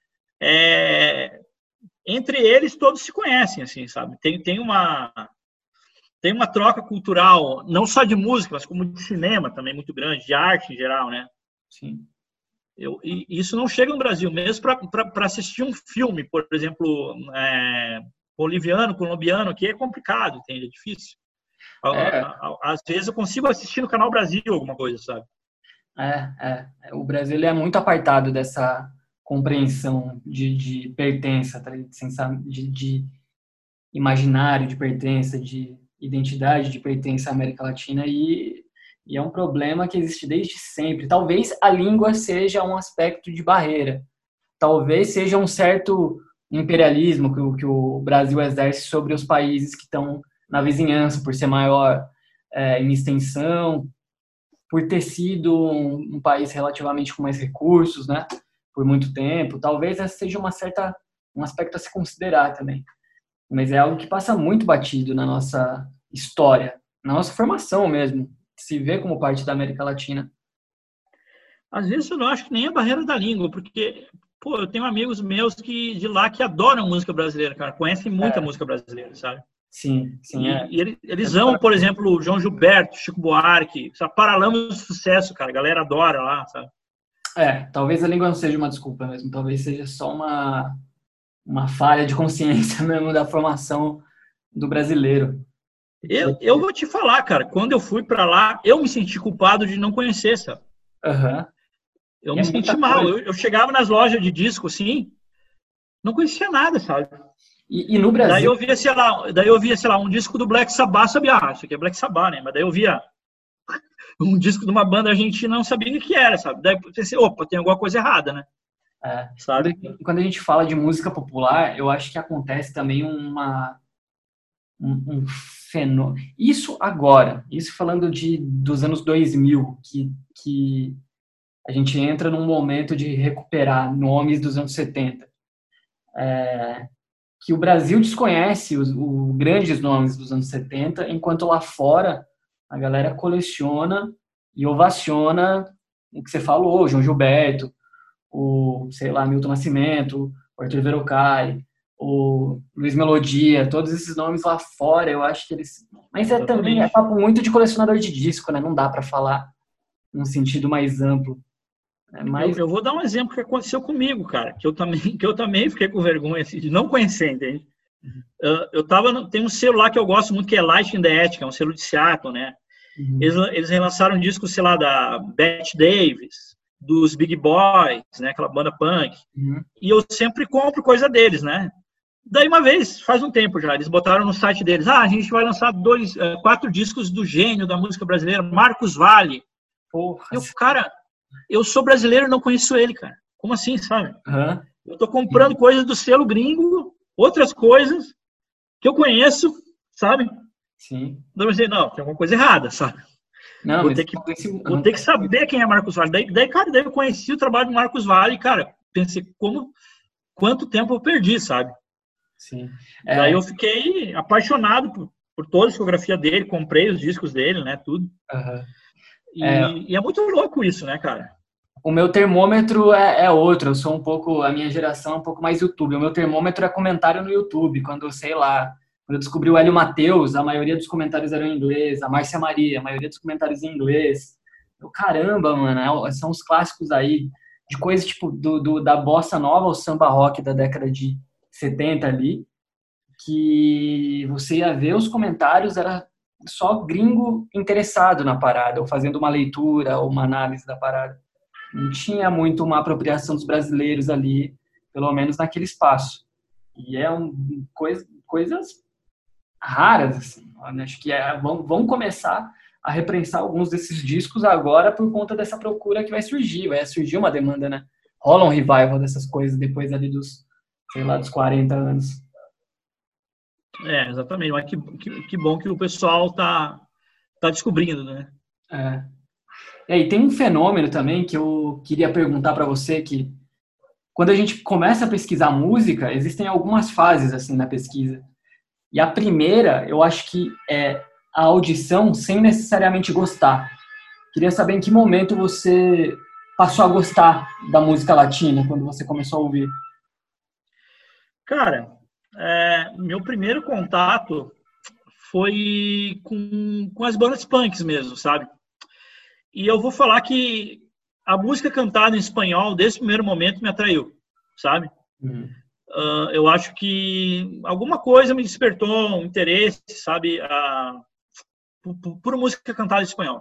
É... Entre eles, todos se conhecem, assim, sabe? Tem, tem, uma, tem uma troca cultural, não só de música, mas como de cinema também muito grande, de arte em geral, né? Sim. Eu, e isso não chega no Brasil, mesmo para assistir um filme, por exemplo, é, boliviano, colombiano, aqui é complicado, entende? É difícil. É. Às vezes eu consigo assistir no Canal Brasil alguma coisa, sabe? É, é. O Brasil ele é muito apartado dessa compreensão de, de pertença, tá? de, de imaginário de pertença, de identidade de pertença à América Latina e, e é um problema que existe desde sempre. Talvez a língua seja um aspecto de barreira, talvez seja um certo imperialismo que o, que o Brasil exerce sobre os países que estão na vizinhança, por ser maior é, em extensão, por ter sido um, um país relativamente com mais recursos, né, por muito tempo. Talvez essa seja uma certa, um aspecto a se considerar também. Mas é algo que passa muito batido na nossa história, na nossa formação mesmo, se vê como parte da América Latina. Às vezes eu não acho que nem a barreira da língua, porque pô, eu tenho amigos meus que, de lá que adoram música brasileira, cara, conhecem muita é. música brasileira, sabe? Sim, sim. E, é. e eles, eles amam, por exemplo, o João Gilberto, Chico Buarque, sabe? Paralamas do Sucesso, cara, a galera adora lá, sabe? É, talvez a língua não seja uma desculpa mesmo, talvez seja só uma, uma falha de consciência mesmo da formação do brasileiro. Eu, eu vou te falar, cara, quando eu fui pra lá, eu me senti culpado de não conhecer, sabe? Uhum. Eu E me é senti mal. Eu, coisa. eu chegava nas lojas de disco, assim, não conhecia nada, sabe? E, e no Brasil... Daí eu via, sei lá, daí eu via, sei lá, um disco do Black Sabbath, sabia? Ah, isso aqui é Black Sabbath, né? Mas daí eu via um disco de uma banda argentina, não sabia o que era, sabe? Daí eu pensei, opa, tem alguma coisa errada, né? É. Sabe? Quando a gente fala de música popular, eu acho que acontece também uma, um, um fenômeno. Isso agora, isso falando de, dos anos dois mil, que, que a gente entra num momento de recuperar nomes dos anos setenta. É, que o Brasil desconhece os, os grandes nomes dos anos setenta, enquanto lá fora a galera coleciona e ovaciona o que você falou, João Gilberto, o, sei lá, Milton Nascimento, o Arthur Verocai, o Luiz Melodia, todos esses nomes lá fora, eu acho que eles... Mas é Exatamente. também, é papo muito de colecionador de disco, né? Não dá para falar num sentido mais amplo. É mais... eu, eu vou dar um exemplo que aconteceu comigo, cara, que eu também, que eu também fiquei com vergonha assim, de não conhecer, entende? Uh, eu tava, no, tem um selo lá que eu gosto muito, que é Light in the Attic, é um selo de Seattle, né? Uhum. Eles, eles relançaram um disco, sei lá, da Bette Davis, dos Big Boys, né? Aquela banda punk. Uhum. E eu sempre compro coisa deles, né? Daí uma vez, faz um tempo já, eles botaram no site deles, ah, a gente vai lançar dois, uh, quatro discos do gênio da música brasileira, Marcos Valle. Porra. Eu, cara, eu sou brasileiro e não conheço ele, cara. Como assim, sabe? Uhum. Eu tô comprando uhum. coisas do selo gringo, outras coisas que eu conheço, sabe? Sim. Não, mas, não, tem alguma coisa errada, sabe? Não, vou ter que, vou ter que saber quem é Marcos Valle. Daí, daí, cara, daí eu conheci o trabalho do Marcos Valle e, cara, pensei, como, quanto tempo eu perdi, sabe? Sim. É... Daí eu fiquei apaixonado por, por toda a discografia dele, comprei os discos dele, né, tudo. Uhum. E, é... e é muito louco isso, né, cara? O meu termômetro é, é outro, eu sou um pouco, a minha geração é um pouco mais YouTube. O meu termômetro é comentário no YouTube, quando, sei lá, quando eu descobri o Hélio Mateus, a maioria dos comentários eram em inglês, a Márcia Maria, a maioria dos comentários em inglês. Eu, caramba, mano, são os clássicos aí, de coisas tipo do, do, da bossa nova ao samba rock da década de setenta ali, que você ia ver os comentários, era só gringo interessado na parada, ou fazendo uma leitura, ou uma análise da parada. Não tinha muito uma apropriação dos brasileiros ali, pelo menos naquele espaço. E é um, coisa, coisas raras, assim. Acho que é, vão, vão começar a reprensar alguns desses discos agora por conta dessa procura que vai surgir. Vai surgir uma demanda, né? Rola um revival dessas coisas depois ali dos, sei lá, dos quarenta anos. É, exatamente. Mas que, que, que bom que o pessoal tá, tá descobrindo, né? É. É, e tem um fenômeno também que eu queria perguntar para você, que quando a gente começa a pesquisar música, existem algumas fases assim na pesquisa. E a primeira, eu acho que é a audição sem necessariamente gostar. Queria saber em que momento você passou a gostar da música latina, quando você começou a ouvir. Cara, é, meu primeiro contato foi com, com as bandas punks mesmo, sabe? E eu vou falar que a música cantada em espanhol, desde o primeiro momento, me atraiu, sabe? Uhum. uh, eu acho que alguma coisa me despertou um interesse, sabe, a, por, por música cantada em espanhol.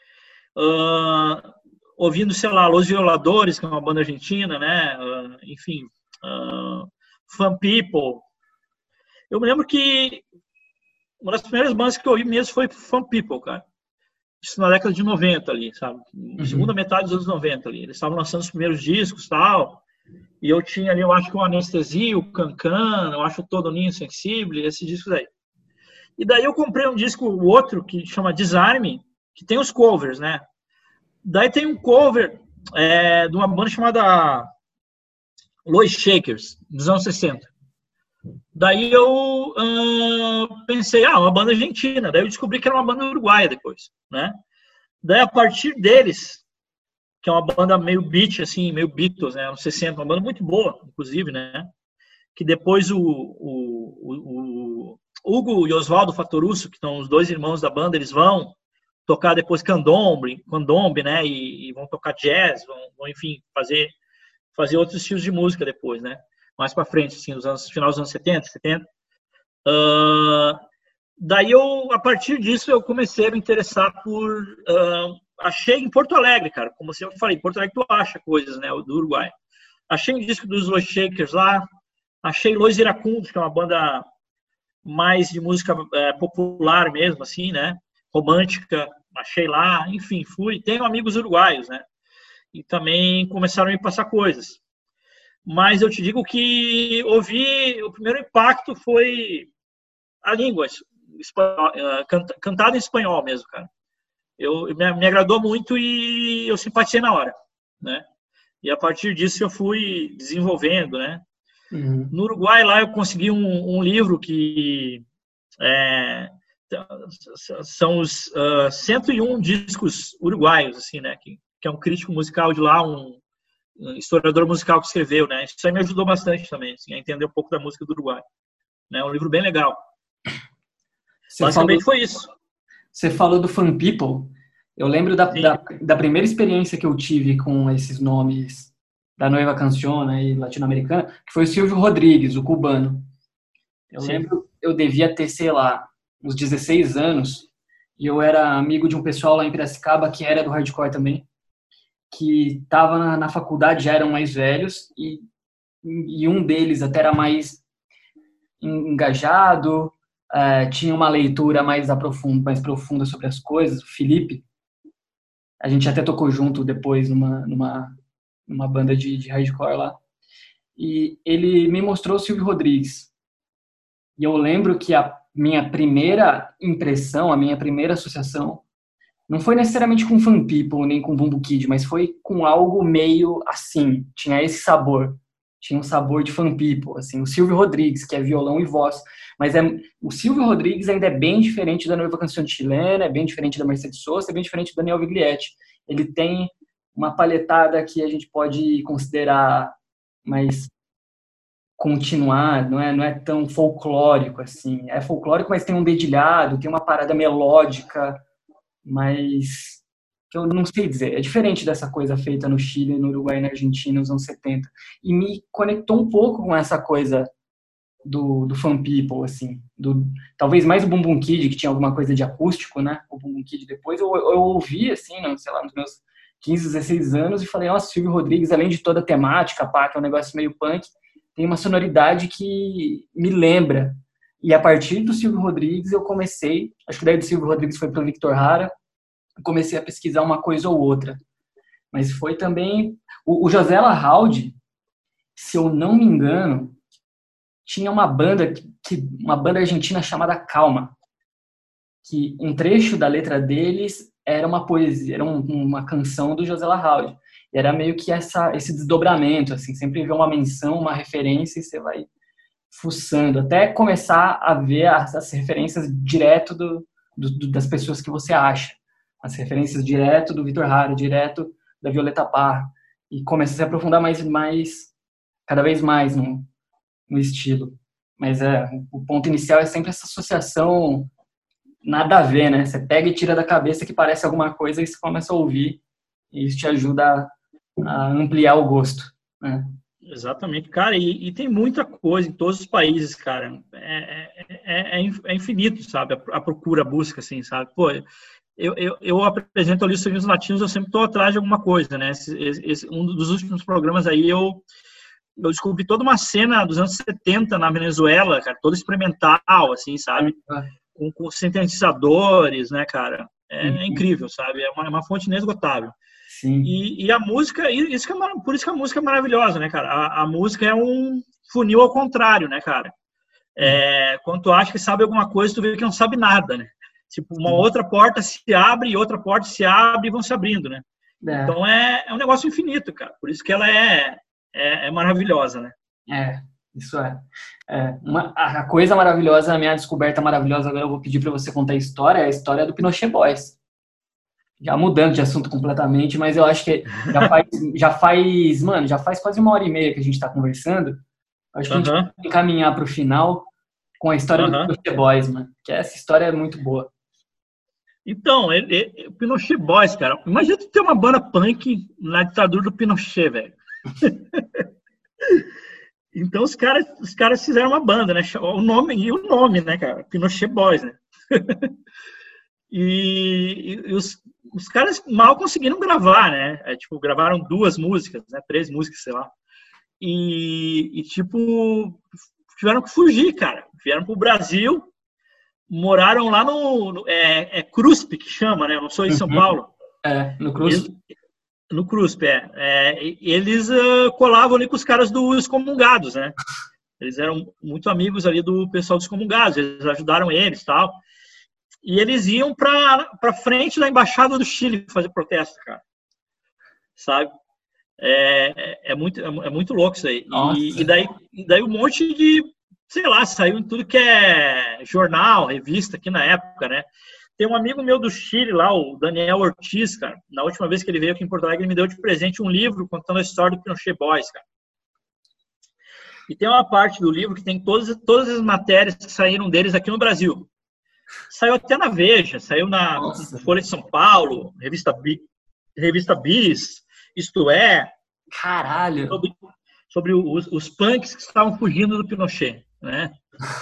Uh, ouvindo, sei lá, Los Violadores, que é uma banda argentina, né? Uh, enfim, uh, Fun People. Eu me lembro que uma das primeiras bandas que eu ouvi mesmo foi Fun People, cara. Isso na década de noventa ali, sabe? Uhum. Segunda metade dos anos noventa ali. Eles estavam lançando os primeiros discos e tal. E eu tinha ali, eu acho que o Anestesia, o Cancan, eu acho o Todo Ninho Sensível, esses discos aí. E daí eu comprei um disco, o outro, que chama Desarme, que tem os covers, né? Daí tem um cover é, de uma banda chamada Los Shakers, dos anos sessenta. Daí eu uh, pensei, ah, uma banda argentina. Daí eu descobri que era uma banda uruguaia depois, né? Daí a partir deles, que é uma banda meio beat, assim, meio Beatles, né? Anos sessenta, uma banda muito boa, inclusive, né? Que depois o, o, o, o Hugo e Oswaldo Fatorusso, que são os dois irmãos da banda, eles vão tocar depois candomblé, candomblé, né? E, e vão tocar jazz, vão, vão, enfim, fazer, fazer outros estilos de música depois, né? Mais para frente, assim, nos anos, final dos anos setenta, setenta. Uh, daí eu, a partir disso, eu comecei a me interessar por... Uh, achei em Porto Alegre, cara, como eu falei, em Porto Alegre tu acha coisas, né, do Uruguai. Achei um disco dos Los Shakers lá, achei Los Iracundos, que é uma banda mais de música é, popular mesmo, assim, né, romântica, achei lá, enfim, fui. Tenho amigos uruguaios, né, e também começaram a me passar coisas. Mas eu te digo que ouvi, o primeiro impacto foi a língua, espanhol, cantada em espanhol mesmo, cara. Eu, me, me agradou muito e eu simpatizei na hora, né? E a partir disso eu fui desenvolvendo, né? Uhum. No Uruguai, lá eu consegui um, um livro que é, são os uh, cento e um discos uruguaios, assim, né? Que, que é um crítico musical de lá, um historiador musical que escreveu, né? Isso aí me ajudou bastante também, assim, a entender um pouco da música do Uruguai. É um livro bem legal. Você Basicamente falou, foi isso. Você falou do Fun People. Eu lembro da, da, da primeira experiência que eu tive com esses nomes da Nueva Canción e latino-americana, que foi o Silvio Rodrigues, o cubano. Eu Sim. lembro, eu devia ter, sei lá, uns dezesseis anos, e eu era amigo de um pessoal lá em Piracicaba que era do hardcore também, que estava na, na faculdade, já eram mais velhos, e, e um deles até era mais engajado, uh, tinha uma leitura mais, aprofunda, mais profunda sobre as coisas, o Felipe. A gente até tocou junto depois numa, numa, numa banda de, de hardcore lá. E ele me mostrou o Silvio Rodrigues. E eu lembro que a minha primeira impressão, a minha primeira associação, não foi necessariamente com Fun People, nem com Bumbo Kid, mas foi com algo meio assim. Tinha esse sabor. Tinha um sabor de Fun People, assim. O Silvio Rodrigues, que é violão e voz. Mas é, o Silvio Rodrigues ainda é bem diferente da Nueva Canción chilena, é bem diferente da Mercedes Sosa, é bem diferente do Daniel Viglietti. Ele tem uma palhetada que a gente pode considerar mais continuar, não é, não é tão folclórico, assim. É folclórico, mas tem um dedilhado, tem uma parada melódica, mas que eu não sei dizer, é diferente dessa coisa feita no Chile, no Uruguai e na Argentina nos anos setenta, e me conectou um pouco com essa coisa do, do Fun People, assim, do, talvez mais o Bumbum Kid, que tinha alguma coisa de acústico, né, o Bumbum Kid depois, eu, eu ouvi, assim, não, sei lá, nos meus quinze, dezesseis anos, e falei, nossa, Silvio Rodrigues, além de toda a temática, pá, que é um negócio meio punk, tem uma sonoridade que me lembra. E a partir do Silvio Rodrigues eu comecei, acho que daí do Silvio Rodrigues foi para o Victor Hara, comecei a pesquisar uma coisa ou outra. Mas foi também... O, o José Larraud, se eu não me engano, tinha uma banda, que, uma banda argentina chamada Calma, que um trecho da letra deles era uma poesia, era um, uma canção do José Larraud. E era meio que essa, esse desdobramento, assim, sempre vê uma menção, uma referência e você vai fuçando, até começar a ver as, as referências direto do, do, das pessoas que você acha. As referências direto do Victor Hara, direto da Violeta Parra. E começa a se aprofundar mais, mais cada vez mais no, no estilo. Mas é, o ponto inicial é sempre essa associação nada a ver, né? Você pega e tira da cabeça que parece alguma coisa e você começa a ouvir e isso te ajuda a, a ampliar o gosto, né? Exatamente, cara, e, e tem muita coisa em todos os países, cara, é, é, é, é infinito, sabe, a, a procura, a busca, assim, sabe, pô, eu, eu, eu apresento ali os serviços latinos, eu sempre estou atrás de alguma coisa, né, esse, esse, um dos últimos programas aí, eu, eu descobri toda uma cena dos anos setenta na Venezuela, cara, toda experimental, assim, sabe, com, com sintetizadores, né, cara, é, é incrível, sabe, é uma, é uma fonte inesgotável. Sim. E, e a música, isso que é, por isso que a música é maravilhosa, né, cara? A, a música é um funil ao contrário, né, cara? É, quando tu acha que sabe alguma coisa, tu vê que não sabe nada, né? Tipo, uma outra porta se abre e outra porta se abre e vão se abrindo, né? É. Então é, é um negócio infinito, cara. Por isso que ela é, é, é maravilhosa, né? É, isso é. é uma, a coisa maravilhosa, a minha descoberta maravilhosa, agora eu vou pedir para você contar a história, é a história do Pinochet Boys. Já mudando de assunto completamente, mas eu acho que já faz, já faz, mano, já faz quase uma hora e meia que a gente está conversando. Acho que uh-huh. a gente vai encaminhar para o final com a história uh-huh. do Pinochet Boys, mano. Que essa história é muito boa. Então, ele, ele, o Pinochet Boys, cara, imagina tu ter uma banda punk na ditadura do Pinochet, velho. Então os caras, os caras fizeram uma banda, né? O nome e o nome, né, cara? Pinochet Boys, né? e, e os Os caras mal conseguiram gravar, né? É, tipo, gravaram duas músicas, né? Três músicas, sei lá. E, e, tipo, tiveram que fugir, cara. Vieram pro Brasil, moraram lá no... no é, é CRUSP, que chama, né? Eu não sou em São uhum. Paulo. É, no CRUSP. Eles, no CRUSP, é. é eles uh, colavam ali com os caras dos Excomungados, né? Eles eram muito amigos ali do pessoal dos Excomungados. Eles ajudaram eles e tal. E eles iam para frente da Embaixada do Chile fazer protesto, cara. Sabe? É, é, muito, é muito louco isso aí. E, e, daí, e daí um monte de, sei lá, saiu em tudo que é jornal, revista aqui na época, né? Tem um amigo meu do Chile lá, o Daniel Ortiz, cara. Na última vez que ele veio aqui em Porto Alegre, ele me deu de presente um livro contando a história do Pinochet Boys, cara. E tem uma parte do livro que tem todas, todas as matérias que saíram deles aqui no Brasil. Saiu até na Veja, saiu na Nossa. Folha de São Paulo, revista, Bi, revista Bis, Isto É. Caralho! Sobre, sobre os, os punks que estavam fugindo do Pinochet, né?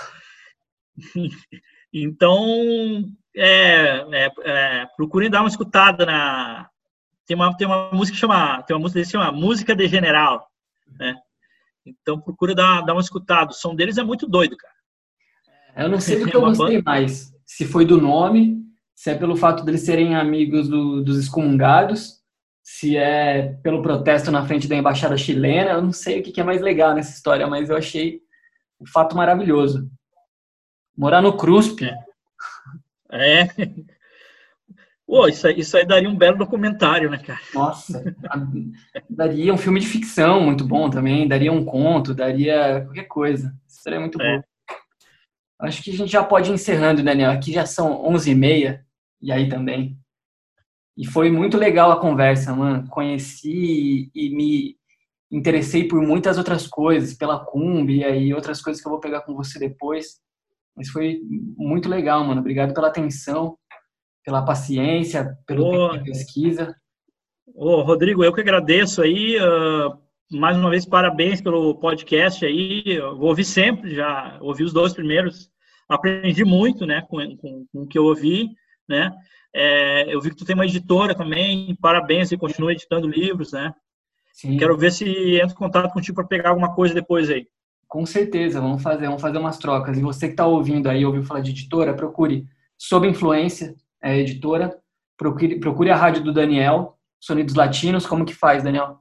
Então, é, é, é, procurem dar uma escutada na... Tem uma, tem uma música que chama... Tem uma música que chama Música de General, né? Então, procura dar, dar uma escutada. O som deles é muito doido, cara. Eu não sei do que eu gostei mais. Se foi do nome, se é pelo fato deles serem amigos do, dos excomungados, se é pelo protesto na frente da embaixada chilena, eu não sei o que é mais legal nessa história, mas eu achei um fato maravilhoso. Morar no CRUSP. É. é. Pô, isso aí, isso aí daria um belo documentário, né, cara? Nossa, daria um filme de ficção muito bom também, daria um conto, daria qualquer coisa. Isso seria muito é. bom. Acho que a gente já pode ir encerrando, Daniel. Aqui já são onze e meia, e aí também. E foi muito legal a conversa, mano. Conheci e me interessei por muitas outras coisas, pela Cumbia e outras coisas que eu vou pegar com você depois. Mas foi muito legal, mano. Obrigado pela atenção, pela paciência, pelo Ô, tempo de pesquisa. Ô, Rodrigo, eu que agradeço aí. Uh, mais uma vez, parabéns pelo podcast aí. Eu vou ouvir sempre, já ouvi os dois primeiros. Aprendi muito, né, com, com, com o que eu ouvi, né. É, eu vi que tu tem uma editora também. Parabéns e continua editando livros, né. Sim. Quero ver se entro em contato contigo para pegar alguma coisa depois aí. Com certeza, vamos fazer, vamos fazer umas trocas. E você que está ouvindo aí, ouviu falar de editora, procure Sob Influência, é a editora. Procure, procure a rádio do Daniel, Sonidos Latinos. Como que faz, Daniel?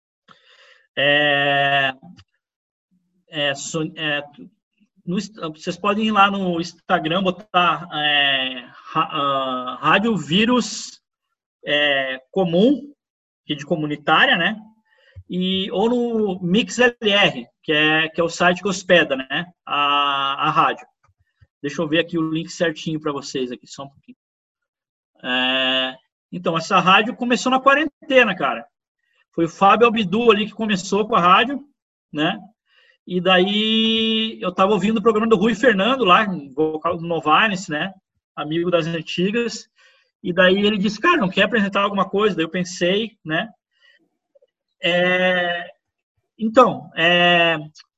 É, é, é, no, vocês podem ir lá no Instagram, botar é, uh, Rádio Vírus é, Comum, rede comunitária, né? E, ou no MixLR, que é, que é o site que hospeda, né? A, a rádio. Deixa eu ver aqui o link certinho para vocês, aqui, só um pouquinho. É, então, essa rádio começou na quarentena, cara. Foi o Fábio Abdu ali que começou com a rádio, né? E daí eu tava ouvindo o programa do Rui Fernando lá, vocal do Novanes, né? Amigo das antigas. E daí ele disse, cara, não quer apresentar alguma coisa? Daí eu pensei, né? É... Então, é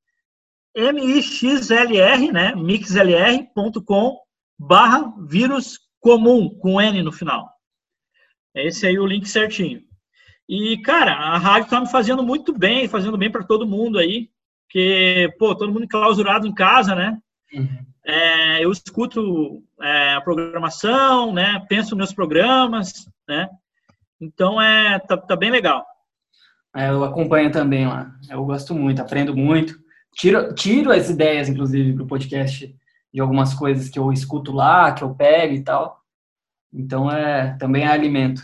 mixlr, né, mixlr.com barra vírus comum, com N no final. Esse aí é o link certinho. E, cara, a rádio tá me fazendo muito bem, fazendo bem para todo mundo aí, porque, pô, todo mundo enclausurado em casa, né? Uhum. É, eu escuto é, a programação, né? Penso nos meus programas, né? Então, é, tá, tá bem legal. É, eu acompanho também lá. Eu gosto muito, aprendo muito. Tiro, tiro as ideias, inclusive, para o podcast de algumas coisas que eu escuto lá, que eu pego e tal. Então, é, também é alimento.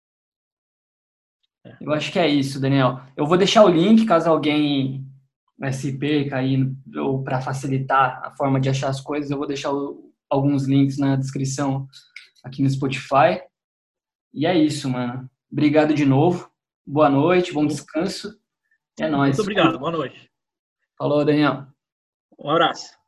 Eu acho que é isso, Daniel. Eu vou deixar o link, caso alguém se perca aí, ou para facilitar a forma de achar as coisas, eu vou deixar o, alguns links na descrição aqui no Spotify. E é isso, mano. Obrigado de novo. Boa noite, bom descanso. É nóis. Muito obrigado, boa noite. Falou, Daniel. Um abraço.